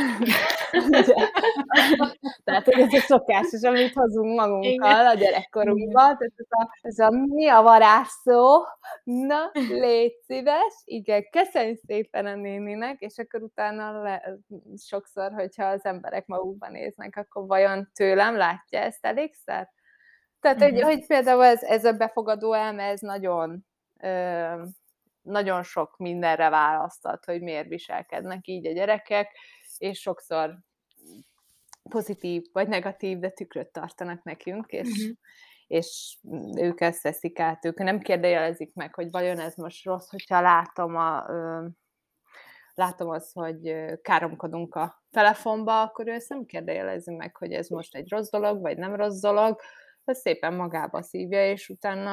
Tehát, hogy ez a szokásos, amit hozunk magunkkal a gyerekkorunkban. Tehát ez a, ez a mi a varázsszó? Na, légy szíves. Igen, köszönj szépen a néninek, és akkor utána le, sokszor, hogyha az emberek magukban néznek, akkor vajon tőlem látja ezt elégszer? Tehát, hogy, hogy például ez, ez a befogadó elme, ez nagyon... Ö, nagyon sok mindenre választat, hogy miért viselkednek így a gyerekek, és sokszor pozitív vagy negatív, de tükröt tartanak nekünk, és, uh-huh. és ők ezt teszik át, ők nem kérdőjelezik meg, hogy vajon ez most rossz, hogyha látom, a, ö, látom azt, hogy káromkodunk a telefonba, akkor ő ezt nem kérdőjelezi meg, hogy ez most egy rossz dolog, vagy nem rossz dolog, ez szépen magába szívja, és utána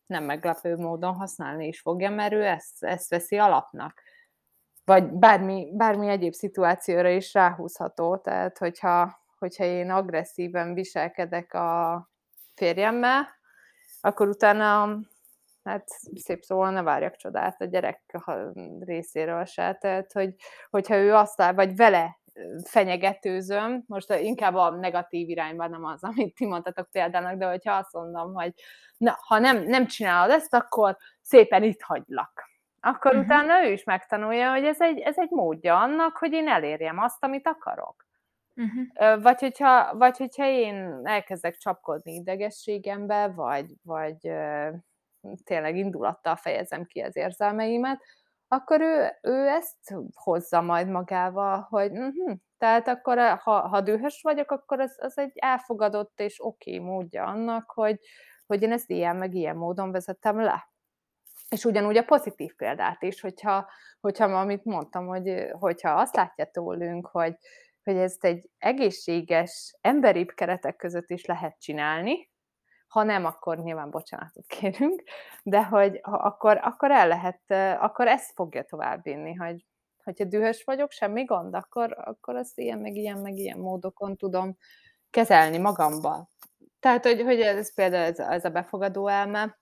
nem meglepő módon használni is fogja, mert ő ezt, ezt veszi alapnak. Vagy bármi, bármi egyéb szituációra is ráhúzható, tehát hogyha, hogyha én agresszíven viselkedek a férjemmel, akkor utána, hát szép szóval ne várjak csodát a gyerek részéről se, tehát hogy, hogyha ő azt áll, vagy vele fenyegetőzöm, most inkább a negatív irányban, nem az, amit ti mondtatok példának, de hogyha azt mondom, hogy na, ha nem, nem csinálod ezt, akkor szépen itt hagylak. Akkor uh-huh. utána ő is megtanulja, hogy ez egy, ez egy módja annak, hogy én elérjem azt, amit akarok. Uh-huh. Vagy, hogyha, vagy hogyha én elkezdek csapkodni idegességembe, vagy, vagy uh, tényleg indulattal fejezem ki az érzelmeimet, akkor ő, ő ezt hozza majd magával, hogy uh-huh. tehát akkor, ha, ha dühös vagyok, akkor az, az egy elfogadott és oké okay módja annak, hogy, hogy én ezt ilyen meg ilyen módon vezettem le. És ugyanúgy a pozitív példát is, hogyha, hogyha amit mondtam, hogy, hogyha azt látja tőlünk, hogy, hogy ezt egy egészséges, emberibb keretek között is lehet csinálni, ha nem, akkor nyilván bocsánatot kérünk, de hogy ha akkor, akkor el lehet, akkor ezt fogja továbbvinni, hogy hogyha dühös vagyok, semmi gond, akkor, akkor ezt ilyen, meg ilyen, meg ilyen módokon tudom kezelni magamban. Tehát, hogy, hogy ez például ez, ez a befogadó elme.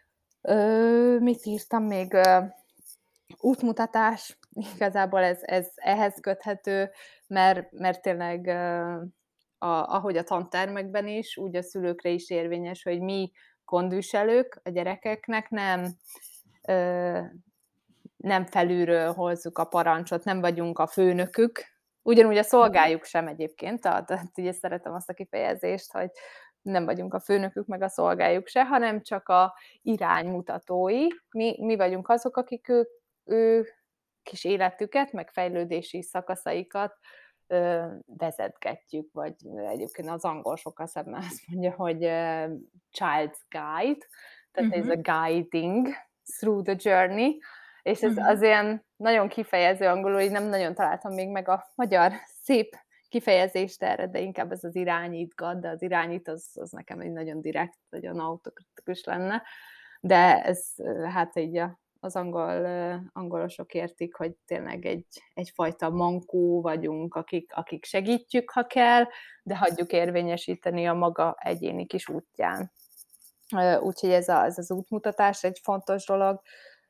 Ö, mit írtam még? Ö, útmutatás, igazából ez, ez ehhez köthető, mert, mert tényleg ö, a, ahogy a tantermekben is, úgy a szülőkre is érvényes, hogy mi gondviselők a gyerekeknek nem, ö, nem felülről hozzuk a parancsot, nem vagyunk a főnökük, ugyanúgy a szolgájuk sem egyébként, tehát ugye szeretem azt a kifejezést, hogy nem vagyunk a főnökük, meg a szolgájuk se, hanem csak a iránymutatói. Mi, mi vagyunk azok, akik ő, ő kis életüket, meg fejlődési szakaszaikat ö, vezetgetjük, vagy egyébként az angol sokkal szebben azt mondja, hogy uh, child's guide, tehát uh-huh. ez a guiding through the journey, és ez uh-huh. az ilyen nagyon kifejező angolul, hogy nem nagyon találtam még meg a magyar szép kifejezést erre, de inkább ez az irányítgat, de az irányít az, az nekem egy nagyon direkt, nagyon autokritikus lenne, de ez hát így az angol, angolosok értik, hogy tényleg egy, egyfajta mankó vagyunk, akik, akik segítjük, ha kell, de hagyjuk érvényesíteni a maga egyéni kis útján. Úgyhogy ez, a, ez az útmutatás egy fontos dolog.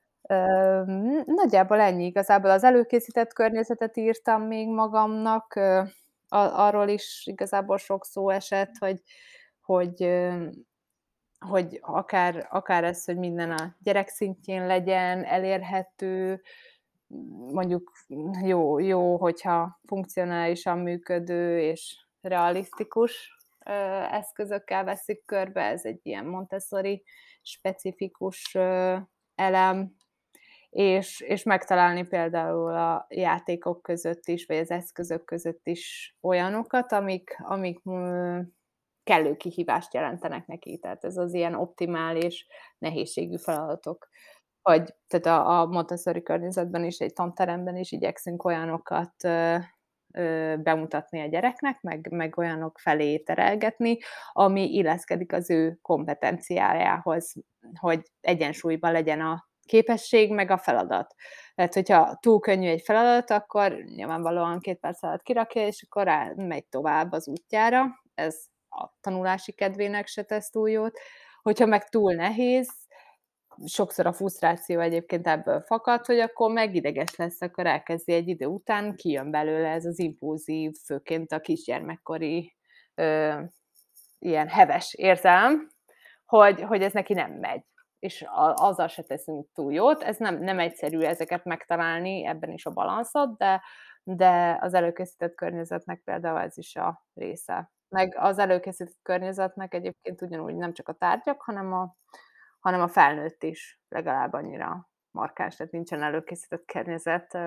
Nagyjából ennyi, igazából az előkészített környezetet írtam még magamnak, arról is igazából sok szó esett, hogy, hogy, hogy akár, akár ez, hogy minden a gyerek szintjén legyen, elérhető, mondjuk jó, jó, hogyha funkcionálisan működő és realisztikus eszközökkel veszik körbe, ez egy ilyen Montessori specifikus elem, és, és megtalálni például a játékok között is, vagy az eszközök között is olyanokat, amik, amik kellő kihívást jelentenek neki. Tehát ez az ilyen optimális nehézségű feladatok. Hogy, tehát a, a Montessori környezetben is, egy tanteremben is igyekszünk olyanokat ö, ö, bemutatni a gyereknek, meg, meg olyanok felé terelgetni, ami illeszkedik az ő kompetenciájához, hogy egyensúlyban legyen a képesség, meg a feladat. Tehát, hogyha túl könnyű egy feladat, akkor nyilvánvalóan két perc alatt kirakja, és akkor megy tovább az útjára. Ez a tanulási kedvének se tesz túl jót. Hogyha meg túl nehéz, sokszor a frusztráció egyébként ebből fakad, hogy akkor meg ideges lesz, akkor elkezdi egy idő után, kijön belőle ez az impulzív, főként a kisgyermekkori ö, ilyen heves érzelem, hogy, hogy ez neki nem megy. És azzal se teszünk túl jót. Ez nem, nem egyszerű ezeket megtalálni, ebben is a balanszot, de, de az előkészített környezetnek például ez is a része. Meg az előkészített környezetnek egyébként ugyanúgy nem csak a tárgyak, hanem a, hanem a felnőtt is legalább annyira markáns, tehát nincsen előkészített környezet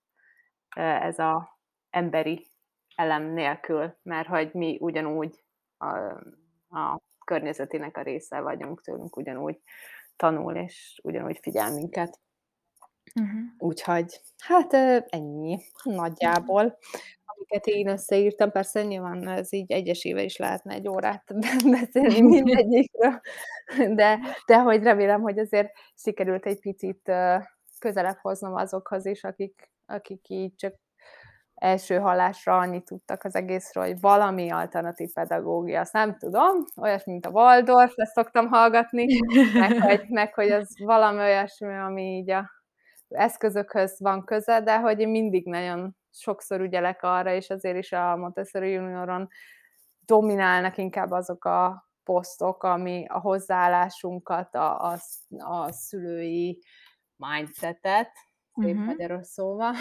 ez az emberi elem nélkül, mert hogy mi ugyanúgy a, a környezetének a része vagyunk, tőlünk ugyanúgy tanul, és ugyanúgy figyel minket. Uh-huh. Úgyhogy, hát ennyi nagyjából. amiket én összeírtam, persze nyilván ez így egyesével is lehetne egy órát beszélni mindegyikről, de de hogy remélem, hogy azért sikerült egy picit közelebb hoznom azokhoz is, akik akik így csak első hallásra annyit tudtak az egészről, hogy valami alternatív pedagógia, azt nem tudom, olyasmi, mint a Waldorf, ezt szoktam hallgatni, meg hogy, meg hogy az valami olyasmi, ami így a eszközökhöz van köze, de hogy én mindig nagyon sokszor ügyelek arra, és azért is a Montessori Junioron dominálnak inkább azok a posztok, ami a hozzáállásunkat, a, a, a szülői mindsetet, szép
Uh-huh.
magyaros szóval,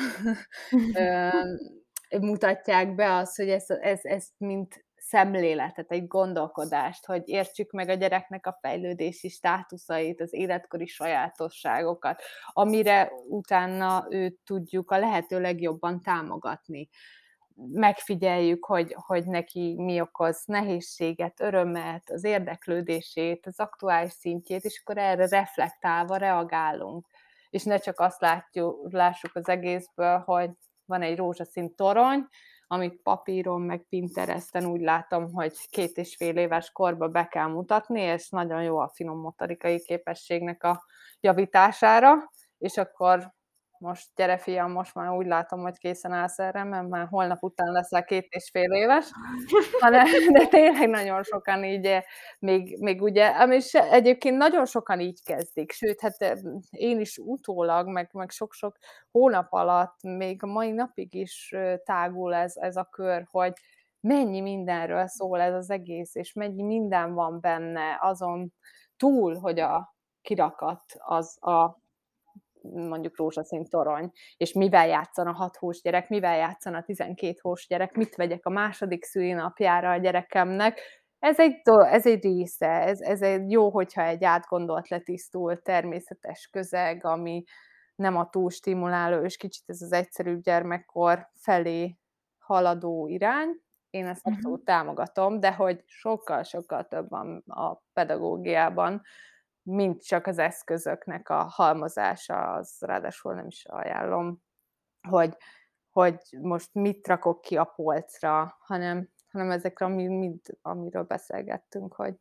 mutatják be azt, hogy ez, ez, ez mint szemléletet, egy gondolkodást, hogy értsük meg a gyereknek a fejlődési státuszait, az életkori sajátosságokat, amire utána őt tudjuk a lehető legjobban támogatni. Megfigyeljük, hogy, hogy neki mi okoz nehézséget, örömet, az érdeklődését, az aktuális szintjét, és akkor erre reflektálva reagálunk. És ne csak azt látjuk, lássuk az egészből, hogy van egy rózsaszín torony, amit papíron, meg Pinteresten úgy látom, hogy két és fél éves korba be kell mutatni, és nagyon jó a finom motorikai képességnek a javítására, és akkor most gyere fiam, most már úgy látom, hogy készen állsz erre, mert már holnap után leszel két és fél éves, de, de tényleg nagyon sokan így, még, még ugye, ami egyébként nagyon sokan így kezdik, sőt, hát én is utólag, meg, meg sok-sok hónap alatt, még a mai napig is tágul ez, ez a kör, hogy mennyi mindenről szól ez az egész, és mennyi minden van benne azon túl, hogy a kirakat az a mondjuk rózsaszín torony, és mivel játszan a hat hós gyerek, mivel játszan a tizenkét hós gyerek, mit vegyek a második szülinapjára a gyerekemnek. Ez egy, ez egy része, ez, ez egy jó, hogyha egy átgondolt, letisztult, természetes közeg, ami nem a túlstimuláló, és kicsit ez az egyszerűbb gyermekkor felé haladó irány. Én ezt abszolút uh-huh. támogatom, de hogy sokkal-sokkal több van a pedagógiában, mint csak az eszközöknek a halmozása, az ráadásul nem is ajánlom, hogy, hogy most mit rakok ki a polcra, hanem, hanem ezekre, mind, amiről beszélgettünk, hogy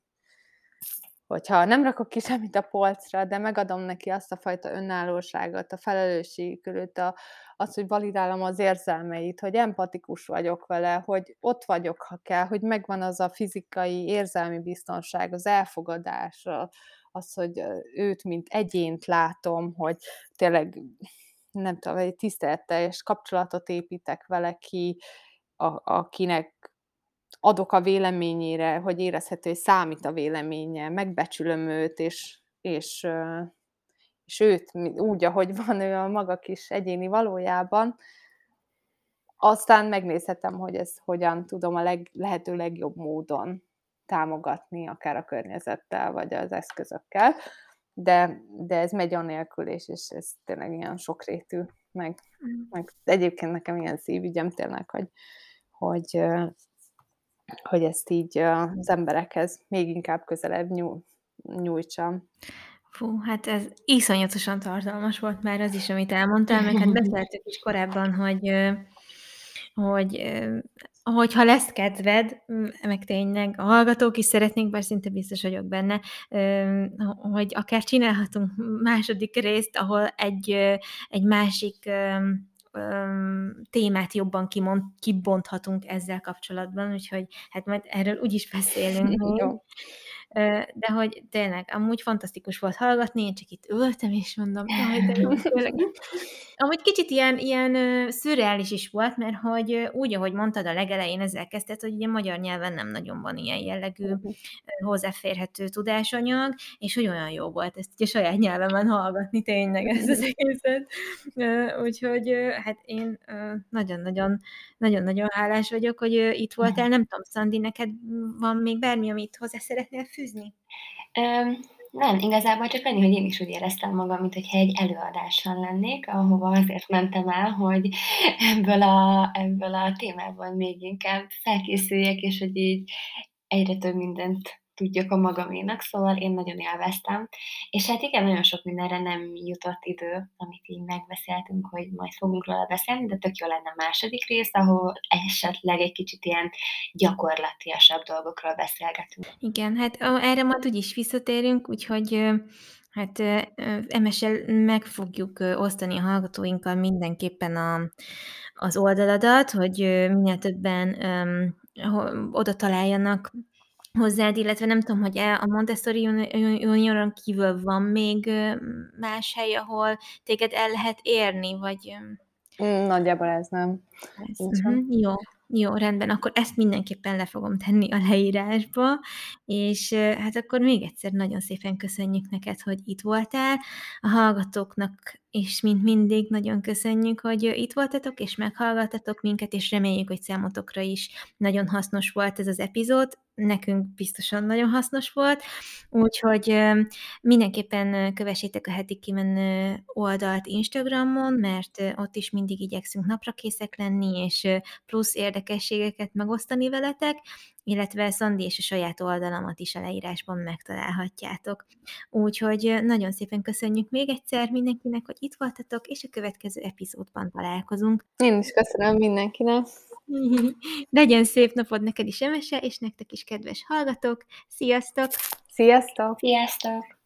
hogyha nem rakok ki semmit a polcra, de megadom neki azt a fajta önállóságot, a felelősségkörét, a, azt, hogy validálom az érzelmeit, hogy empatikus vagyok vele, hogy ott vagyok, ha kell, hogy megvan az a fizikai, érzelmi biztonság, az elfogadás, az, hogy őt, mint egyént látom, hogy tényleg nem tudom, egy tiszteletteljes kapcsolatot építek vele ki, a, akinek adok a véleményére, hogy érezhető, hogy számít a véleménye, megbecsülöm őt, és, és, és őt úgy, ahogy van ő a maga kis egyéni valójában, aztán megnézhetem, hogy ezt hogyan tudom a leg, lehető legjobb módon támogatni, akár a környezettel, vagy az eszközökkel, de, de ez megy anélkül, és, és ez tényleg ilyen sokrétű, meg, meg egyébként nekem ilyen szívügyem tényleg, hogy, hogy hogy ezt így az emberekhez még inkább közelebb nyúj, nyújtsam.
Fú, hát ez iszonyatosan tartalmas volt már az is, amit elmondtál, meg hát beszéltük is korábban, hogy, hogy hogyha lesz kedved, meg tényleg a hallgatók is szeretnénk, bár szinte biztos vagyok benne, hogy akár csinálhatunk második részt, ahol egy, egy másik témát jobban kimond, kibonthatunk ezzel kapcsolatban, úgyhogy hát majd erről úgyis beszélünk.
Jó.
De hogy tényleg, amúgy fantasztikus volt hallgatni, én csak itt ültem, és mondom, jaj, de jó, tényleg. Amúgy kicsit ilyen, ilyen szürreális is volt, mert hogy úgy, ahogy mondtad a legelején, ezzel kezdted, hogy ugye magyar nyelven nem nagyon van ilyen jellegű hozzáférhető tudásanyag, és hogy olyan jó volt ezt ugye saját nyelvemen hallgatni tényleg ezt az egészet. Úgyhogy hát én nagyon-nagyon nagyon-nagyon hálás vagyok, hogy itt voltál. Nem tudom, Szandi, neked van még bármi, amit hozzá szeretnél fűzni?
Um, nem, igazából csak annyi, hogy én is úgy éreztem magam, mint hogyha egy előadáson lennék, ahova azért mentem el, hogy ebből a, ebből a témából még inkább felkészüljek, és hogy így egyre több mindent tudjak a magaménak, szóval én nagyon élveztem. És hát igen, nagyon sok mindenre nem jutott idő, amit így megbeszéltünk, hogy majd fogunk róla beszélni, de tök jó lenne a második rész, ahol esetleg egy kicsit ilyen gyakorlatiasabb dolgokról beszélgetünk.
Igen, hát erre majd úgyis visszatérünk, úgyhogy hát Emese-el meg fogjuk osztani a hallgatóinkkal mindenképpen a, az oldaladat, hogy minél többen um, oda találjanak hozzád, illetve nem tudom, hogy a Montessori Junioron kívül van még más hely, ahol téged el lehet érni, vagy...
Nagyjából ez nem.
Ez, uh-huh, jó, jó, rendben, akkor ezt mindenképpen le fogom tenni a leírásba, és hát akkor még egyszer nagyon szépen köszönjük neked, hogy itt voltál. A hallgatóknak és mint mindig nagyon köszönjük, hogy itt voltatok, és meghallgattatok minket, és reméljük, hogy számotokra is nagyon hasznos volt ez az epizód. Nekünk biztosan nagyon hasznos volt, úgyhogy mindenképpen kövessétek a Heti Kimenő oldalt Instagramon, mert ott is mindig igyekszünk naprakészek lenni, és plusz érdekességeket megosztani veletek, illetve Szandi és a saját oldalamat is a leírásban megtalálhatjátok. Úgyhogy nagyon szépen köszönjük még egyszer mindenkinek, hogy itt voltatok, és a következő epizódban találkozunk.
Én is köszönöm mindenkinek.
Legyen szép napod neked is, Emese, és nektek is, kedves hallgatók. Sziasztok!
Sziasztok!
Sziasztok!